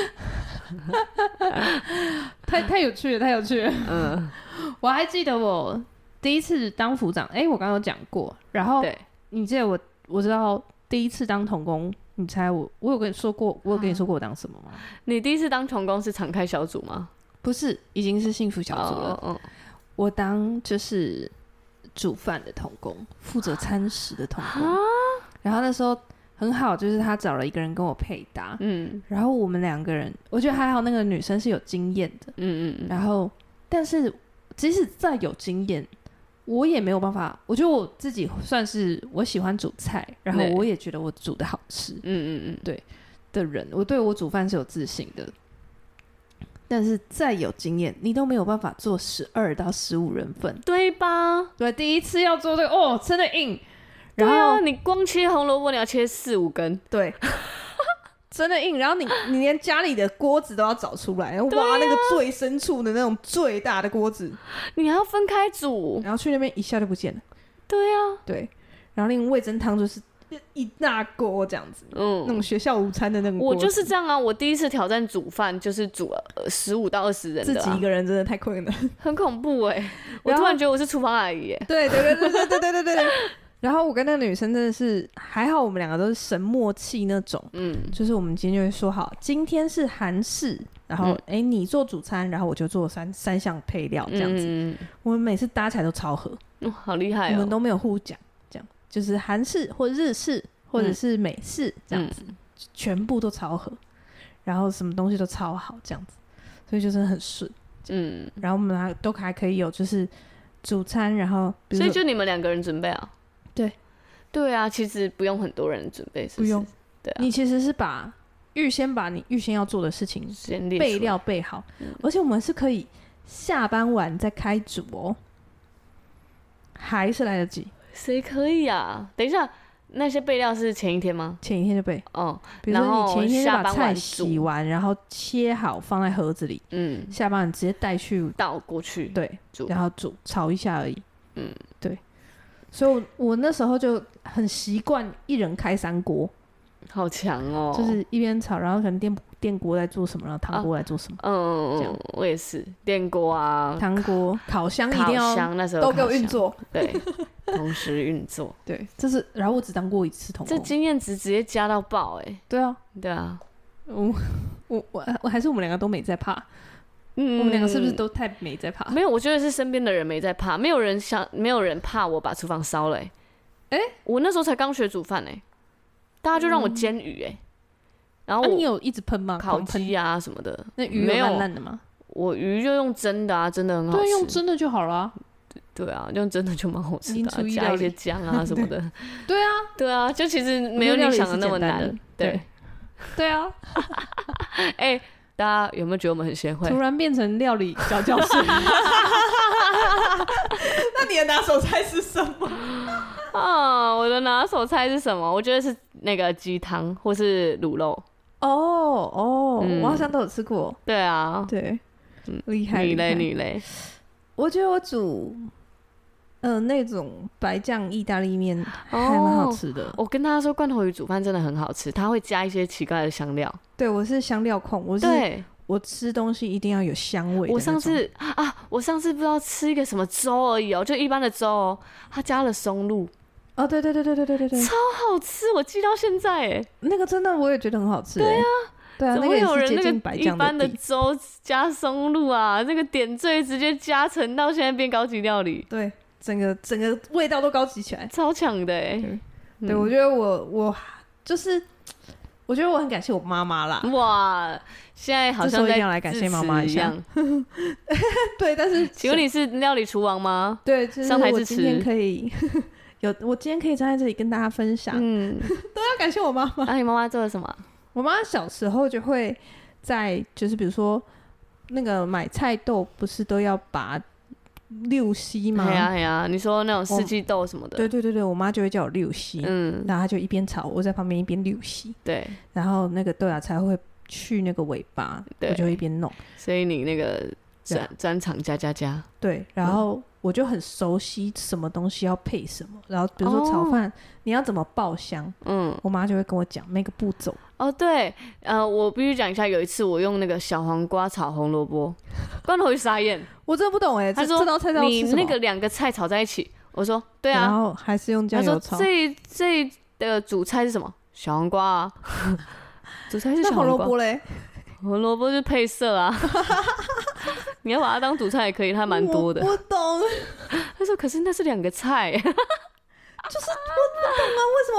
[SPEAKER 1] 太有趣了。我还记得我第一次当副长，我刚刚有讲过。然后你记得我知道第一次当童工，你猜我有跟你说过，我当什么吗？
[SPEAKER 2] 你第一次当童工是敞开小组吗？
[SPEAKER 1] 不是，已经是幸福小组了。我当就是煮饭的童工，负责餐食的童工。然后那时候很好，就是他找了一个人跟我配搭，然后我们2个人，我觉得还好，那个女生是有经验的，然后但是即使再有经验，我也没有办法，我觉得我自己算是我喜欢煮菜，然后我也觉得我煮的好吃，对的人，我对我煮饭是有自信的。但是再有经验，你都没有办法做12到15人份，对
[SPEAKER 2] 吧？
[SPEAKER 1] 对，第一次要做这个，真的硬。
[SPEAKER 2] 然后你光切红萝卜，你要切4、5根，
[SPEAKER 1] 对，真的硬。然后你连家里的锅子都要找出来，然后挖那个最深处的那种最大的锅子，
[SPEAKER 2] 你还要分开煮，
[SPEAKER 1] 然后去那边一下就不见了。
[SPEAKER 2] 对啊，
[SPEAKER 1] 对。然后另味噌汤就是一大锅这样子，那种学校午餐的那种锅子。
[SPEAKER 2] 我就是这样啊，我第一次挑战煮饭就是煮了15到20人的，
[SPEAKER 1] 自己一个人真的太困了，
[SPEAKER 2] 很恐怖我突然觉得我是厨房阿姨
[SPEAKER 1] 对。然后我跟那个女生真的是还好，我们2个都是神默契那种，就是我们今天就会说好，今天是韩式，然后你做主餐，然后我就做三项配料这样子，我们每次搭起来都超合，
[SPEAKER 2] 好厉害
[SPEAKER 1] 我们都没有互讲，这样就是韩式或日式或者是美式这样子，全部都超合，然后什么东西都超好这样子，所以就真的很顺，然后我们都还可以有就是主餐，然后
[SPEAKER 2] 所以就你们2个人准备啊？
[SPEAKER 1] 对
[SPEAKER 2] 啊，其实不用很多人准备，是不是？
[SPEAKER 1] 不用，
[SPEAKER 2] 对啊，
[SPEAKER 1] 你其实是把你预先要做的事情备料备好，而且我们是可以下班完再开煮还是来得及。
[SPEAKER 2] 谁可以啊？等一下，那些备料是前一天吗？
[SPEAKER 1] 前一天就备，比如说你前一天就把菜洗完，然后切好放在盒子里，下班你直接带去
[SPEAKER 2] 倒过去，
[SPEAKER 1] 对，然后炒一下而已，对。所以我那时候就很习惯一人开3锅，
[SPEAKER 2] 好强哦！
[SPEAKER 1] 就是一边炒，然后可能电锅在做什么，然后汤锅在做什么。这样
[SPEAKER 2] 我也是电锅啊、
[SPEAKER 1] 汤锅、烤箱一定要
[SPEAKER 2] 那时候
[SPEAKER 1] 都给我运作，
[SPEAKER 2] 对，同时运作，
[SPEAKER 1] 对，这是。然后我只当过1次童工，
[SPEAKER 2] 这经验值直接加到爆
[SPEAKER 1] 对啊，我还是我们2个都没在怕。我们2个是不是都太没在怕？
[SPEAKER 2] 没有，我觉得是身边的人没在怕，没有人怕我把厨房烧了我那时候才刚学煮饭大家就让我煎鱼然后
[SPEAKER 1] 你有一直喷吗？
[SPEAKER 2] 烤鸡啊什么的，
[SPEAKER 1] 那鱼有烂烂的吗？
[SPEAKER 2] 我鱼就用蒸的真的很好吃。
[SPEAKER 1] 对，用蒸的就好了。
[SPEAKER 2] 对啊，用蒸的就蛮好吃的加一些姜啊什么的。对啊，就其实没有你想的那么难。对啊。大家有没有觉得我们很贤惠？
[SPEAKER 1] 突然变成料理小教室。那你的拿手菜是什么？
[SPEAKER 2] 我的拿手菜是什么？我觉得是那个鸡汤或是卤肉。
[SPEAKER 1] 我好像都有吃过。
[SPEAKER 2] 对啊，
[SPEAKER 1] 对，厉害。
[SPEAKER 2] 你嘞？
[SPEAKER 1] 我觉得我煮那种白酱意大利面还蛮好吃的。
[SPEAKER 2] 我跟大家说，罐头鱼煮饭真的很好吃，它会加一些奇怪的香料。
[SPEAKER 1] 对，我是香料控，我吃东西一定要有香味的。
[SPEAKER 2] 我上次不知道吃一个什么粥而已就一般的粥它加了松露。
[SPEAKER 1] 对，
[SPEAKER 2] 超好吃，我记到现在
[SPEAKER 1] 那个真的我也觉得很好吃。
[SPEAKER 2] 对啊，
[SPEAKER 1] 怎么有人那个
[SPEAKER 2] 一般的粥加松露啊？那个点缀直接加成到现在变高级料理。
[SPEAKER 1] 对，整个味道都高级起来，
[SPEAKER 2] 超强的
[SPEAKER 1] 对，我觉得我就是我觉得我很感谢我妈妈啦。
[SPEAKER 2] 哇，现在好像在
[SPEAKER 1] 一定要来感谢妈妈一下。对，但是
[SPEAKER 2] 请问你是料理厨王吗？
[SPEAKER 1] 对，就是
[SPEAKER 2] 上台支持。
[SPEAKER 1] 我今天可以我今天可以站在这里跟大家分享，都要感谢我妈妈。
[SPEAKER 2] 你妈妈做了什么？
[SPEAKER 1] 我妈小时候就会就是比如说那个买菜豆不是都要把溜稀吗？
[SPEAKER 2] 对啊，你说那种四季豆什么的。
[SPEAKER 1] 对，我妈就会叫我溜稀，然后她就一边炒，我在旁边一边溜稀。
[SPEAKER 2] 对，
[SPEAKER 1] 然后那个豆芽菜会去那个尾巴，我就会一边弄。
[SPEAKER 2] 所以你那个专长加。
[SPEAKER 1] 对，然后我就很熟悉什么东西要配什么，然后比如说炒饭你要怎么爆香，我妈就会跟我讲每个步骤。
[SPEAKER 2] 对，我必须讲一下，有一次我用那个小黄瓜炒红萝卜，罐头鱼傻眼，
[SPEAKER 1] 我真的不懂
[SPEAKER 2] 他说
[SPEAKER 1] 这道菜
[SPEAKER 2] 你那个2个菜炒在一起，我说对啊，
[SPEAKER 1] 然后还是用酱油炒。
[SPEAKER 2] 他说这的主菜是什么？小黄瓜啊，主菜是小黄瓜。
[SPEAKER 1] 那红萝卜嘞？
[SPEAKER 2] 红萝卜是配色啊，你要把它当主菜也可以，它蛮多的。
[SPEAKER 1] 我懂。
[SPEAKER 2] 他说可是那是2个菜。
[SPEAKER 1] 就是我不懂啊，为什么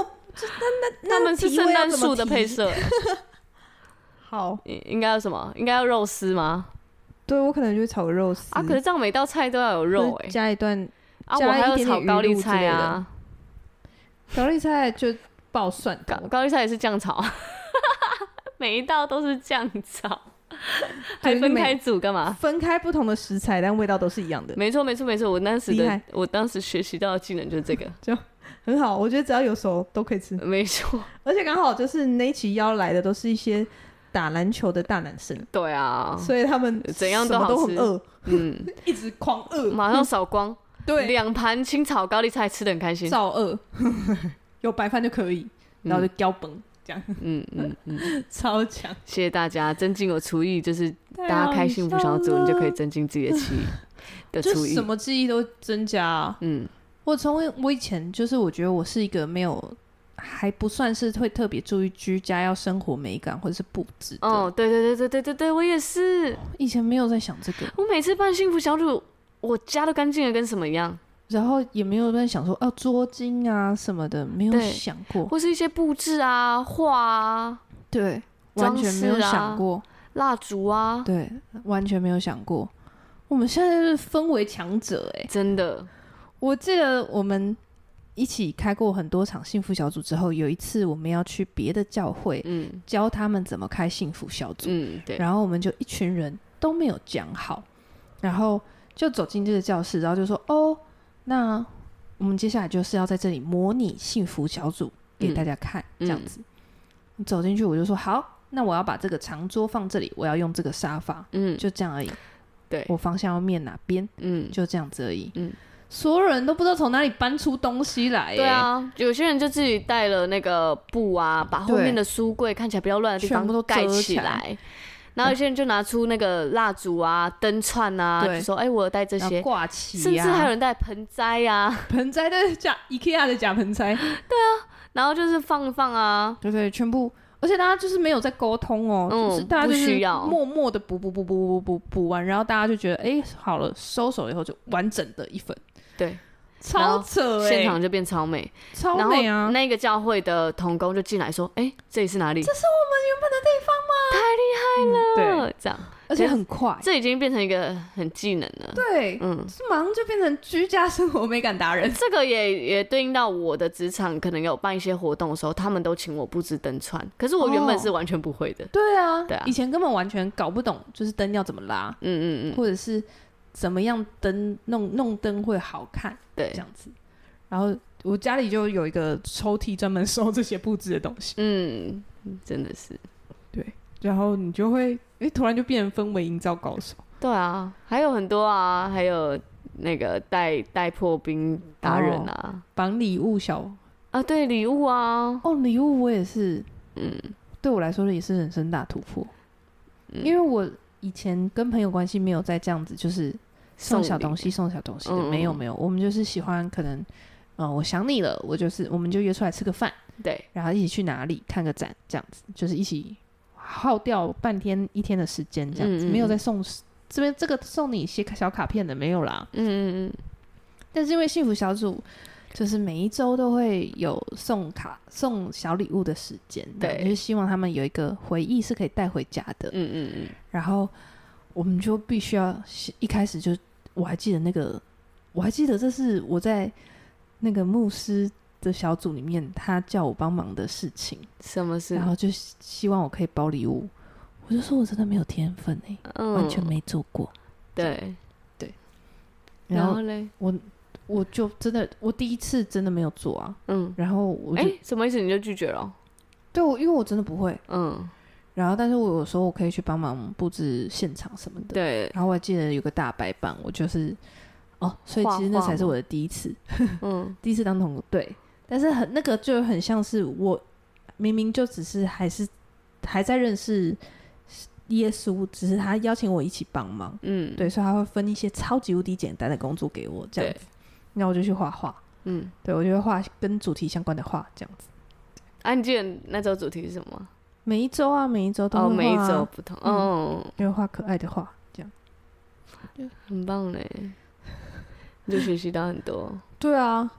[SPEAKER 2] 他们是圣诞树的配色。
[SPEAKER 1] 好，
[SPEAKER 2] 应该要什么？应该要肉丝吗？
[SPEAKER 1] 对，我可能就会炒个肉丝
[SPEAKER 2] 啊。可是这样每道菜都要有肉
[SPEAKER 1] 加一段
[SPEAKER 2] 啊，我还要炒高丽菜啊。
[SPEAKER 1] 高丽菜就爆蒜，
[SPEAKER 2] 高丽菜也是酱炒，每一道都是酱炒。还分开煮干嘛？
[SPEAKER 1] 分开不同的食材，但味道都是一样的。
[SPEAKER 2] 没错。我当时学习到的技能就是这个，
[SPEAKER 1] 就很好。我觉得只要有熟都可以吃。
[SPEAKER 2] 没错，
[SPEAKER 1] 而且刚好就是那一期邀来的都是一些打篮球的大男生。
[SPEAKER 2] 对啊，
[SPEAKER 1] 所以他们
[SPEAKER 2] 怎样都
[SPEAKER 1] 好吃，很饿，一直狂饿，
[SPEAKER 2] 马上扫光。
[SPEAKER 1] 对
[SPEAKER 2] ，2盘清炒高丽菜吃得很开心，
[SPEAKER 1] 照饿，有白饭就可以，然后就浇崩。这样，超强！
[SPEAKER 2] 谢谢大家，增进我厨艺，就是大家开幸福小组，你就可以增进自己的厨艺，
[SPEAKER 1] 就什么技艺都增加啊。我以前就是我觉得我是一个没有，还不算是会特别注意居家要生活美感或者是布置的。
[SPEAKER 2] 哦，对，我也是，
[SPEAKER 1] 以前没有在想这个。
[SPEAKER 2] 我每次办幸福小组，我家都干净的跟什么一样。
[SPEAKER 1] 然后也没有在想说桌巾啊什么的，没有想过，
[SPEAKER 2] 或是一些布置啊、画啊，
[SPEAKER 1] 对，完全没有想过，
[SPEAKER 2] 蜡烛啊，
[SPEAKER 1] 对，完全没有想过。我们现在是氛围强者
[SPEAKER 2] 真的。
[SPEAKER 1] 我记得我们一起开过很多场幸福小组之后，有一次我们要去别的教会，教他们怎么开幸福小组，
[SPEAKER 2] 对，
[SPEAKER 1] 然后我们就一群人都没有讲好，然后就走进这个教室，然后就说那我们接下来就是要在这里模拟幸福小组给大家看，这样子。走进去我就说好，那我要把这个长桌放这里，我要用这个沙发，就这样而已。
[SPEAKER 2] 对，
[SPEAKER 1] 我方向要面哪边，就这样子而已。所有人都不知道从哪里搬出东西来。
[SPEAKER 2] 对啊，有些人就自己带了那个布啊，把后面的书柜看起来比较乱的地方都盖起来。然后有些人就拿出那个蜡烛啊、灯串啊，就说：“我有带这些，
[SPEAKER 1] 挂起啊。”
[SPEAKER 2] 甚至还有人带盆栽啊，
[SPEAKER 1] 盆栽的假 IKEA 的假盆栽。对
[SPEAKER 2] 啊，然后就是放一放啊，
[SPEAKER 1] 对，全部，而且大家就是没有在沟通就是大家就是默默的补完，然后大家就觉得好了，收手以后就完整的一份。
[SPEAKER 2] 对。
[SPEAKER 1] 超扯
[SPEAKER 2] 现场就变超美，
[SPEAKER 1] 超美啊！
[SPEAKER 2] 然后那个教会的同工就进来说：“这里是哪里？
[SPEAKER 1] 这是我们原本的地方吗？
[SPEAKER 2] 太厉害了！”
[SPEAKER 1] 对，
[SPEAKER 2] 这样，
[SPEAKER 1] 而且很快，
[SPEAKER 2] 这已经变成一个很技能了。
[SPEAKER 1] 对，马上就变成居家生活美感达人。
[SPEAKER 2] 这个也对应到我的职场，可能有办一些活动的时候，他们都请我布置灯串，可是我原本是完全不会的。
[SPEAKER 1] 对啊，以前根本完全搞不懂，就是灯要怎么拉，或者是怎么样灯弄灯会好看，对，这样子。然后我家里就有一个抽屉专门收这些布置的东西。
[SPEAKER 2] 真的是。
[SPEAKER 1] 对，然后你就会突然就变成氛围营造高手。
[SPEAKER 2] 对啊，还有很多啊，还有那个带破冰达人啊，
[SPEAKER 1] 绑礼物
[SPEAKER 2] 对，礼物啊，
[SPEAKER 1] 礼物我也是，对我来说也是人生大突破。因为我以前跟朋友关系没有再这样子，就是送小东西的，没有，我们就是喜欢可能。我想你了，我们就约出来吃个饭，
[SPEAKER 2] 对，
[SPEAKER 1] 然后一起去哪里看个展，这样子，就是一起耗掉半天一天的时间，这样子，没有再送这边这个送你一些小卡片的没有啦，但是因为幸福小组就是每一周都会有送小礼物的时间，对，就是希望他们有一个回忆是可以带回家的，然后我们就必须要一开始就我还记得这是我在那个牧师的小组里面他叫我帮忙的事情。
[SPEAKER 2] 什么事？
[SPEAKER 1] 然后就希望我可以包礼物，我就说我真的没有天分完全没做过。
[SPEAKER 2] 对，
[SPEAKER 1] 然后嘞我就真的我第一次真的没有做啊，然后我就
[SPEAKER 2] 什么意思？你就拒绝了？
[SPEAKER 1] 对，因为我真的不会，然后但是我有时候我可以去帮忙布置现场什么的，
[SPEAKER 2] 对，
[SPEAKER 1] 然后我还记得有个大白板，我就是所以其实那才是我的第一次，第一次当同工，对，但是那个就很像是我明明就只是还在认识耶稣，只是他邀请我一起帮忙，对，所以他会分一些超级无敌简单的工作给我，这样子，那我就去画画，对，我就会画跟主题相关的画，这样子。
[SPEAKER 2] 你记得那周主题是什么？
[SPEAKER 1] 每一周都会画，
[SPEAKER 2] 每一周不同，
[SPEAKER 1] 就会画可爱的画，这样，
[SPEAKER 2] 很棒嘞。你就学习到很多。
[SPEAKER 1] 对啊，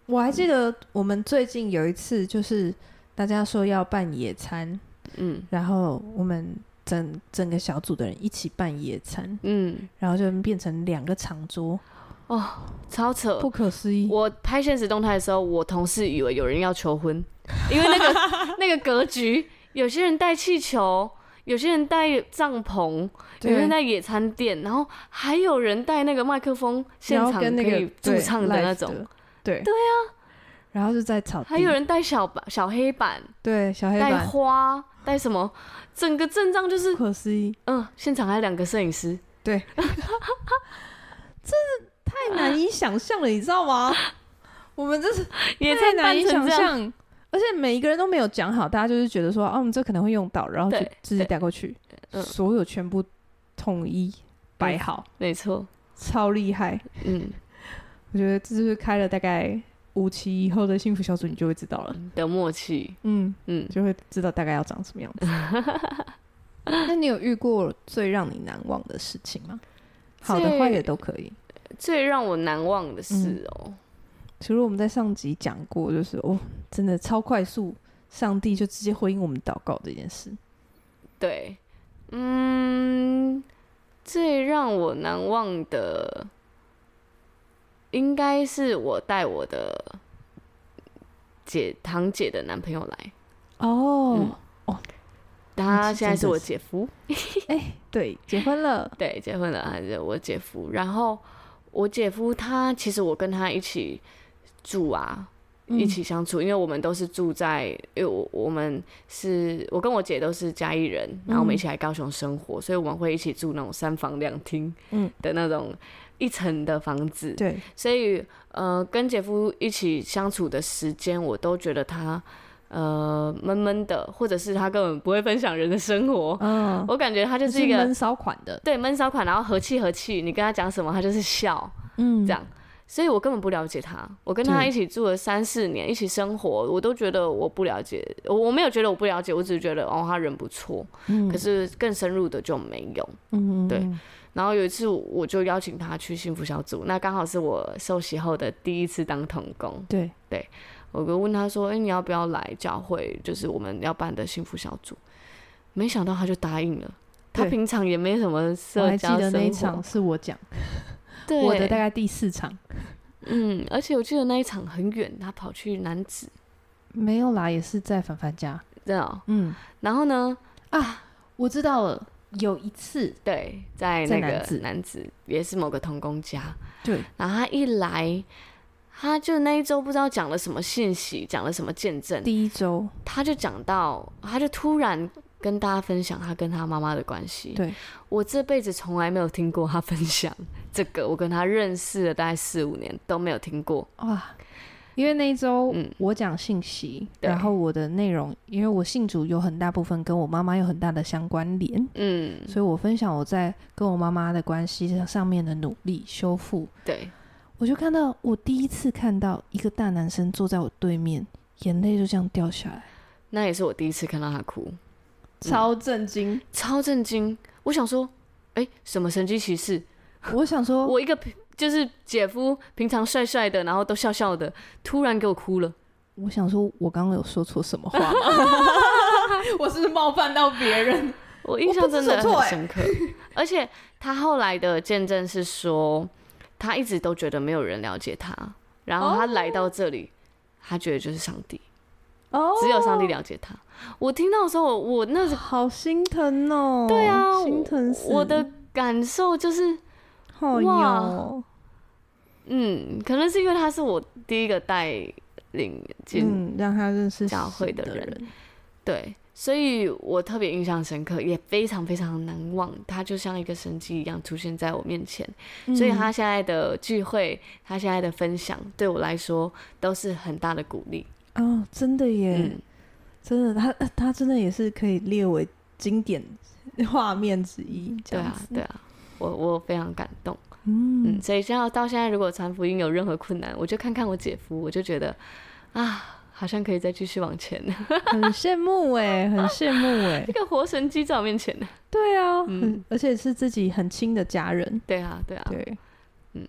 [SPEAKER 1] 我还记得我们最近有一次，就是大家说要办野餐，然后我们整个小组的人一起办野餐，然后就变成2个长桌，
[SPEAKER 2] 哦，超扯，
[SPEAKER 1] 不可思议。
[SPEAKER 2] 我拍现实动态的时候，我同事以为有人要求婚，因为那个格局，有些人带气球，有些人带帐篷，有些人带野餐垫，然后还有人带那个麦克风，现场可以驻唱的那种。对啊，
[SPEAKER 1] 然后就在草地，
[SPEAKER 2] 还有人带小黑板，
[SPEAKER 1] 对，小黑板，
[SPEAKER 2] 带花，带什么，整个阵仗就是
[SPEAKER 1] 不可思议。
[SPEAKER 2] 现场还有2个摄影师，
[SPEAKER 1] 对，这太难以想象了，你知道吗？我们这是太难以想象，而且每一个人都没有讲好，大家就是觉得说，我们这可能会用到，然后就直接带过去，所有全部统一摆好，
[SPEAKER 2] 没错，
[SPEAKER 1] 超厉害。我觉得这就是开了大概5期以后的幸福小组，你就会知道了
[SPEAKER 2] 的默契，
[SPEAKER 1] 就会知道大概要长什么样子。那你有遇过最让你难忘的事情吗？好的坏的都可以。
[SPEAKER 2] 最让我难忘的事
[SPEAKER 1] 除了我们在上集讲过，就是真的超快速，上帝就直接回应我们祷告这件事。
[SPEAKER 2] 对，最让我难忘的应该是我带我的堂姐的男朋友来。他现在是我姐夫。
[SPEAKER 1] 对，结婚了。
[SPEAKER 2] 对，结婚了，还是我姐夫。然后我姐夫他其实我跟他一起住啊，一起相处，因为我们都是住在，因为我跟我姐都是嘉义人，然后我们一起来高雄生活，所以我们会一起住那种3房2厅的那种1层的房子。对，所以跟姐夫一起相处的时间，我都觉得他闷闷的，或者是他根本不会分享人的生活。我感觉他就是一个
[SPEAKER 1] 闷骚款的，
[SPEAKER 2] 对，闷骚款，然后和气，你跟他讲什么，他就是笑，这样。所以我根本不了解他。我跟他一起住了3-4年，一起生活，我都觉得我不了解，我没有觉得我不了解，我只是觉得他人不错，可是更深入的就没有。对。然后有一次我就邀请他去幸福小组，那刚好是我受洗后的第1次当同工。对，我就问他说：“你要不要来教会？就是我们要办的幸福小组。”没想到他就答应了。他平常也没什么社交生活。我还记得那一场是我讲，我的大概第4场。而且我记得那一场很远，他跑去楠梓。没有啦，也是在凡凡家。真的然后呢？我知道了。有一次，对，在那个楠梓也是某个同工家。对，然后他一来，他就那一周不知道讲了什么信息，讲了什么见证。第1周，他就讲到，他就突然跟大家分享他跟他妈妈的关系。对，我这辈子从来没有听过他分享这个，我跟他认识了大概4-5年都没有听过。因为那一周我讲信息，然后我的内容，因为我信主有很大部分跟我妈妈有很大的相关联，所以我分享我在跟我妈妈的关系上面的努力修复。对，我就看到我第1次看到一个大男生坐在我对面，眼泪就这样掉下来。那也是我第1次看到他哭，超震惊，超震惊。我想说，什么神机骑士？我想说，我一个就是姐夫平常帅帅的，然后都笑笑的，突然给我哭了。我想说，我刚刚有说错什么话吗？我是不是冒犯到别人？我印象真的很深刻。而且他后来的见证是说，他一直都觉得没有人了解他，然后他来到这里，他觉得就是上帝，只有上帝了解他。我听到的时候，我那好心疼哦。对啊，心疼死。我的感受就是。哇，可能是因为他是我第一个带领进让他认识教会的人，对，所以我特别印象深刻，也非常非常难忘。他就像一个神迹一样出现在我面前，所以他现在的聚会，他现在的分享，对我来说都是很大的鼓励。真的耶，真的，他真的也是可以列为经典画面之一。这样子，对啊。我非常感动，所以到现在，如果传福音有任何困难，我就看看我姐夫，我就觉得好像可以再继续往前，很羡慕很羡慕一个活神机在我面前对啊，而且是自己很亲的家人，对啊，对，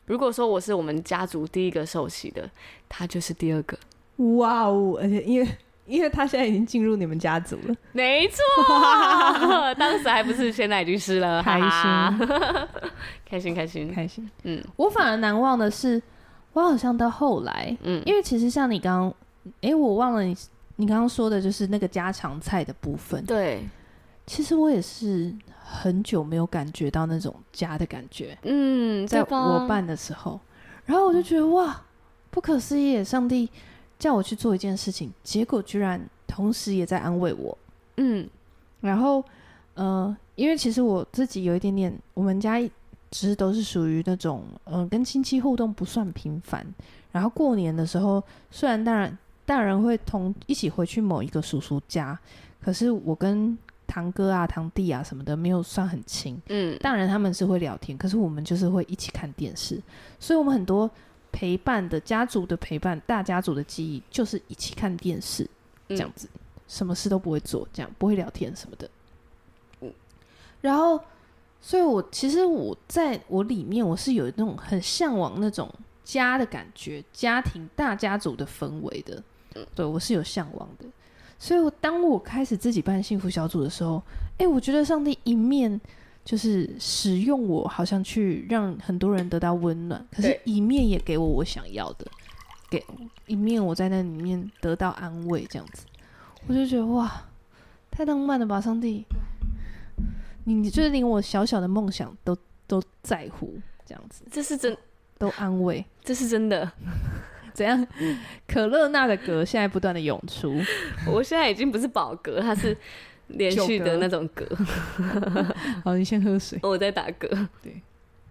[SPEAKER 2] 如果说我是我们家族第一个受洗的，他就是第二个。
[SPEAKER 1] 哇哦！而且因为他现在已经进入你们家族了，
[SPEAKER 2] 没错，当时还不是，现在已经是了，
[SPEAKER 1] 开心，
[SPEAKER 2] 开心，开心，
[SPEAKER 1] 开心。我反而难忘的是，我好像到后来，因为其实像你刚刚，我忘了你刚刚说的就是那个家常菜的部分。
[SPEAKER 2] 对，
[SPEAKER 1] 其实我也是很久没有感觉到那种家的感觉。在我办的时候，然后我就觉得哇，不可思议耶！上帝叫我去做一件事情，结果居然同时也在安慰我。然后因为其实我自己有一点点，我们家其实都是属于那种跟亲戚互动不算频繁，然后过年的时候，虽然大人会一起回去某一个叔叔家，可是我跟堂哥啊堂弟啊什么的没有算很亲。当然他们是会聊天，可是我们就是会一起看电视，所以我们很多陪伴的家族的陪伴，大家族的记忆就是一起看电视这样子，什么事都不会做，这样不会聊天什么的。然后所以其实我在我里面我是有那种很向往那种家的感觉，家庭大家族的氛围的。对，我是有向往的。所以当我开始自己办幸福小组的时候，我觉得上帝一面就是使用我，好像去让很多人得到温暖，可是一面也给我想要的，一面我在那里面得到安慰，这样子，我就觉得哇，太浪漫了吧，上帝，你就是连我小小的梦想都在乎，这样子，
[SPEAKER 2] 这是真，
[SPEAKER 1] 都安慰，
[SPEAKER 2] 这是真的。
[SPEAKER 1] 怎样？可乐娜的嗝现在不断的涌出，
[SPEAKER 2] 我现在已经不是饱嗝，它是连续的那种嗝。
[SPEAKER 1] 好，你先喝水，
[SPEAKER 2] 我在打嗝。
[SPEAKER 1] 对。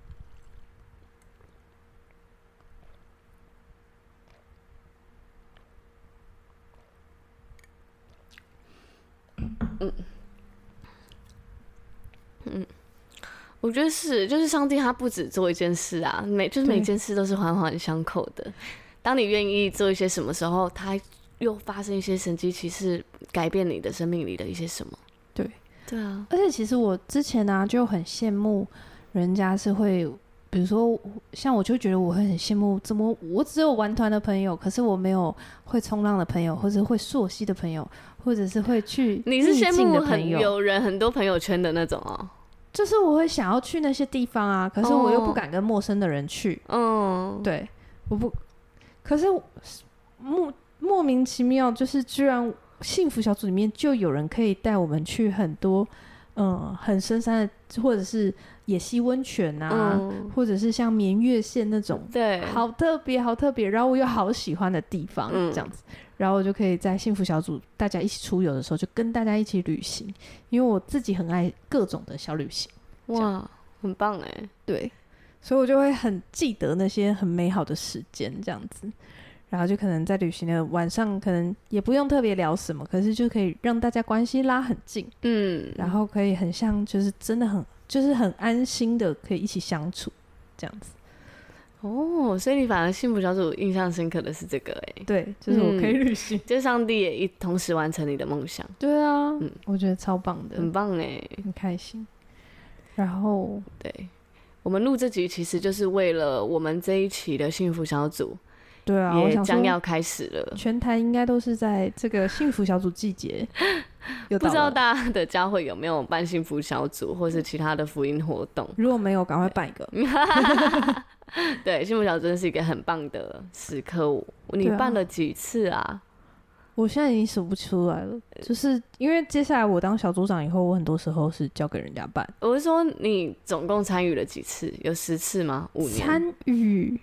[SPEAKER 2] 我觉得就是上帝他不只做一件事啊，每件事都是环环相扣的。当你愿意做一些什么时候，他又发生一些神迹奇事，改变你的生命里的一些什么。对啊。
[SPEAKER 1] 而且其实我之前就很羡慕人家是会，比如说像我就觉得我会很羡慕，怎么我只有玩团的朋友，可是我没有会冲浪的朋友，或者会溯溪的朋友，或者是会去
[SPEAKER 2] 你是羡慕
[SPEAKER 1] 有
[SPEAKER 2] 人很多朋友圈的那种哦。
[SPEAKER 1] 就是我会想要去那些地方啊，可是我又不敢跟陌生的人去。对，我不，可是莫名其妙，就是居然幸福小组里面就有人可以带我们去很多很深山的，或者是野溪温泉啊，或者是像绵月线那种，
[SPEAKER 2] 对，
[SPEAKER 1] 好特别好特别，然后我又好喜欢的地方，这样子，然后我就可以在幸福小组大家一起出游的时候，就跟大家一起旅行，因为我自己很爱各种的小旅行。
[SPEAKER 2] 哇，很棒哎！
[SPEAKER 1] 对，所以我就会很记得那些很美好的时间，这样子。然后就可能在旅行的晚上，可能也不用特别聊什么，可是就可以让大家关系拉很近，然后可以很像，就是真的很安心的可以一起相处，这样子。
[SPEAKER 2] 所以你反而幸福小组印象深刻的是这个哎，
[SPEAKER 1] 对，就是我可以旅行，
[SPEAKER 2] 就是上帝也同时完成你的梦想。
[SPEAKER 1] 对啊，我觉得超棒的，
[SPEAKER 2] 很棒哎，
[SPEAKER 1] 很开心。然后
[SPEAKER 2] 对，我们录这集其实就是为了我们这一期的幸福小组，
[SPEAKER 1] 对啊，
[SPEAKER 2] 也将要开始了。
[SPEAKER 1] 全台应该都是在这个幸福小组季节。
[SPEAKER 2] 不知道大家的教会有没有办幸福小组，或是其他的福音活动？
[SPEAKER 1] 如果没有，赶快办一个。
[SPEAKER 2] 对，幸福小组真是一个很棒的时刻。你办了几次啊？
[SPEAKER 1] 我现在已经数不出来了，就是因为接下来我当小组长以后，我很多时候是交给人家办。
[SPEAKER 2] 我是说，你总共参与了几次？有10次吗？5年
[SPEAKER 1] 参与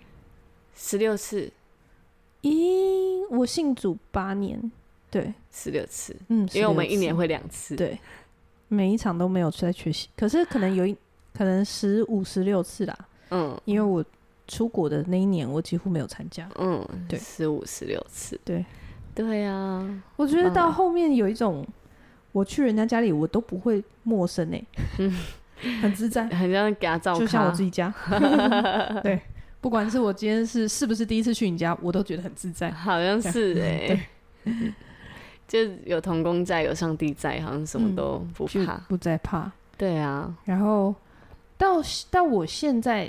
[SPEAKER 2] 16次。
[SPEAKER 1] 我信主8年，对
[SPEAKER 2] ，16次。
[SPEAKER 1] 因
[SPEAKER 2] 为我们1年会2次。
[SPEAKER 1] 对，每一场都没有在缺席，可是可能可能15、16次啦。因为我出国的那一年，我几乎没有参加。对
[SPEAKER 2] ，15、16次。对啊，
[SPEAKER 1] 我觉得到后面有一种，我去人家家里我都不会陌生很自在，
[SPEAKER 2] 很像给他照看，
[SPEAKER 1] 就像我自己家。对，不管是我今天是不是第一次去你家，我都觉得很自在。
[SPEAKER 2] 好像是对，就有同工在，有上帝在，好像什么都不怕，
[SPEAKER 1] 不再怕。
[SPEAKER 2] 对啊，
[SPEAKER 1] 然后到我现在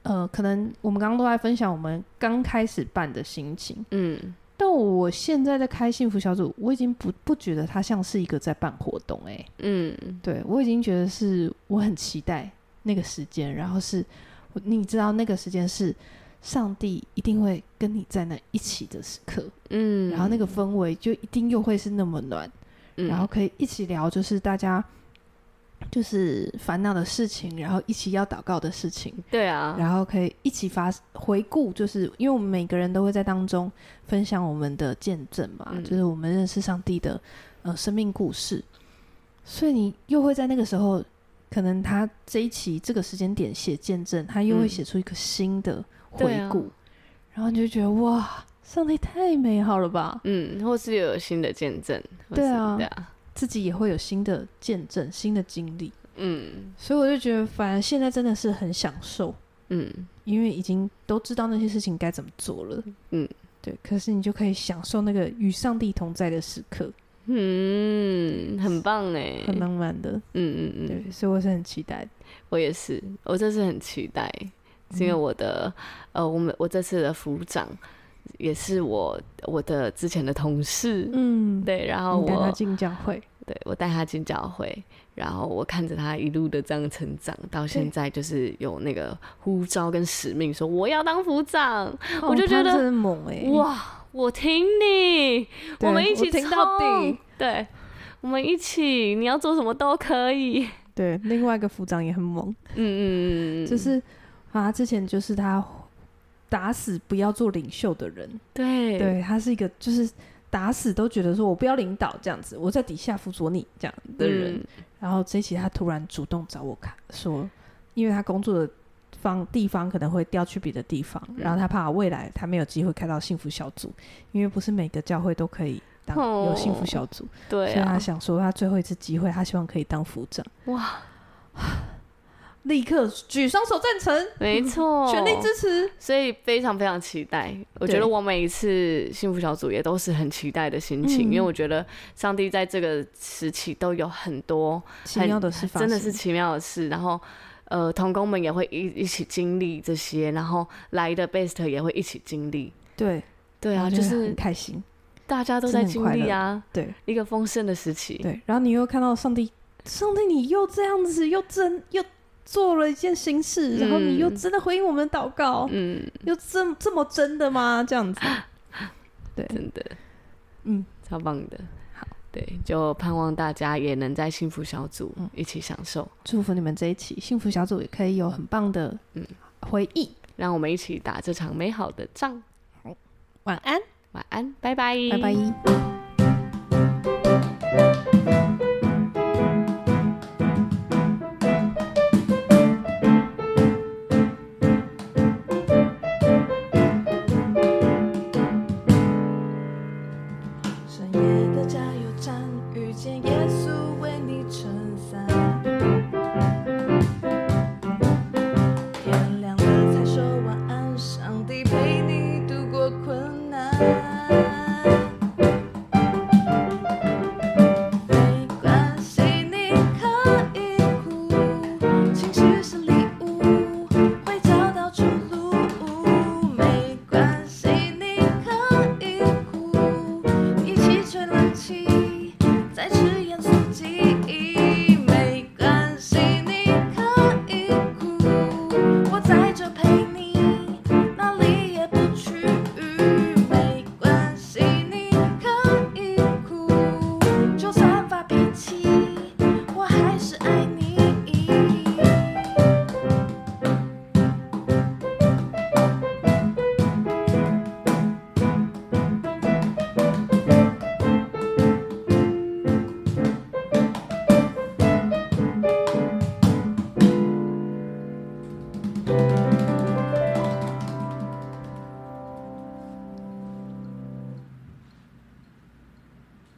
[SPEAKER 1] 可能我们刚刚都在分享我们刚开始办的心情，但我现在在开幸福小组，我已经不觉得它像是一个在办活动对，我已经觉得是我很期待那个时间，然后是你知道那个时间是上帝一定会跟你在那一起的时刻，然后那个氛围就一定又会是那么暖，然后可以一起聊就是大家就是烦恼的事情，然后一起要祷告的事情，
[SPEAKER 2] 对啊，
[SPEAKER 1] 然后可以一起回顾，就是因为我们每个人都会在当中分享我们的见证嘛，就是我们认识上帝的生命故事，所以你又会在那个时候，可能他这一期这个时间点写见证，他又会写出一个新的回顾，然后你就觉得哇，上帝太美好了吧，
[SPEAKER 2] 或是有新的见证，
[SPEAKER 1] 对啊，自己也会有新的见证、新的经历，所以我就觉得，反而现在真的是很享受，因为已经都知道那些事情该怎么做了，对，可是你就可以享受那个与上帝同在的时刻，
[SPEAKER 2] 很棒哎，
[SPEAKER 1] 很浪漫的，对，所以我是很期待的。
[SPEAKER 2] 我也是，我这次很期待，是因为我的我这次的辅长也是我的之前的同事，对，然后
[SPEAKER 1] 你带他进教会，
[SPEAKER 2] 对，我带他进教会，然后我看着他一路的这样成长，到现在就是有那个呼召跟使命，说我要当辅长，我就觉得
[SPEAKER 1] 他真的猛
[SPEAKER 2] 哇，我挺你，我们一起
[SPEAKER 1] 挺到底，
[SPEAKER 2] 对，我们一起，你要做什么都可以。
[SPEAKER 1] 对，另外一个辅长也很猛，就是他之前就是他打死不要做领袖的人，对，他是一个就是打死都觉得说我不要领导这样子，我在底下辅佐你这样的人，然后这一期他突然主动找我看，说因为他工作的地方可能会调去别的地方，然后他怕未来他没有机会开到幸福小组，因为不是每个教会都可以当有幸福小组，
[SPEAKER 2] 对啊，
[SPEAKER 1] 所以他想说他最后一次机会，他希望可以当辅长，哇，立刻举双手赞成，
[SPEAKER 2] 没错，
[SPEAKER 1] 全力支持，
[SPEAKER 2] 所以非常非常期待。我觉得我每一次幸福小组也都是很期待的心情，因为我觉得上帝在这个时期都有很多
[SPEAKER 1] 奇妙的事发生，
[SPEAKER 2] 真的是奇妙的事，然后同工们也会一起经历这些，然后来的 best 也会一起经历，对啊，就是
[SPEAKER 1] 很开心，
[SPEAKER 2] 大家都在经历啊，
[SPEAKER 1] 对，
[SPEAKER 2] 一个丰盛的时期，
[SPEAKER 1] 对，然后你又看到上帝你又这样子又做了一件新事，然后你又真的回应我们的祷告，又这么真的吗？这样子，对，
[SPEAKER 2] 真的，超棒的。好，对，就盼望大家也能在幸福小组一起享受，
[SPEAKER 1] 祝福你们这一期幸福小组也可以有很棒的回忆，
[SPEAKER 2] 让我们一起打这场美好的仗。
[SPEAKER 1] 晚安，
[SPEAKER 2] 晚安，拜拜，
[SPEAKER 1] 拜拜。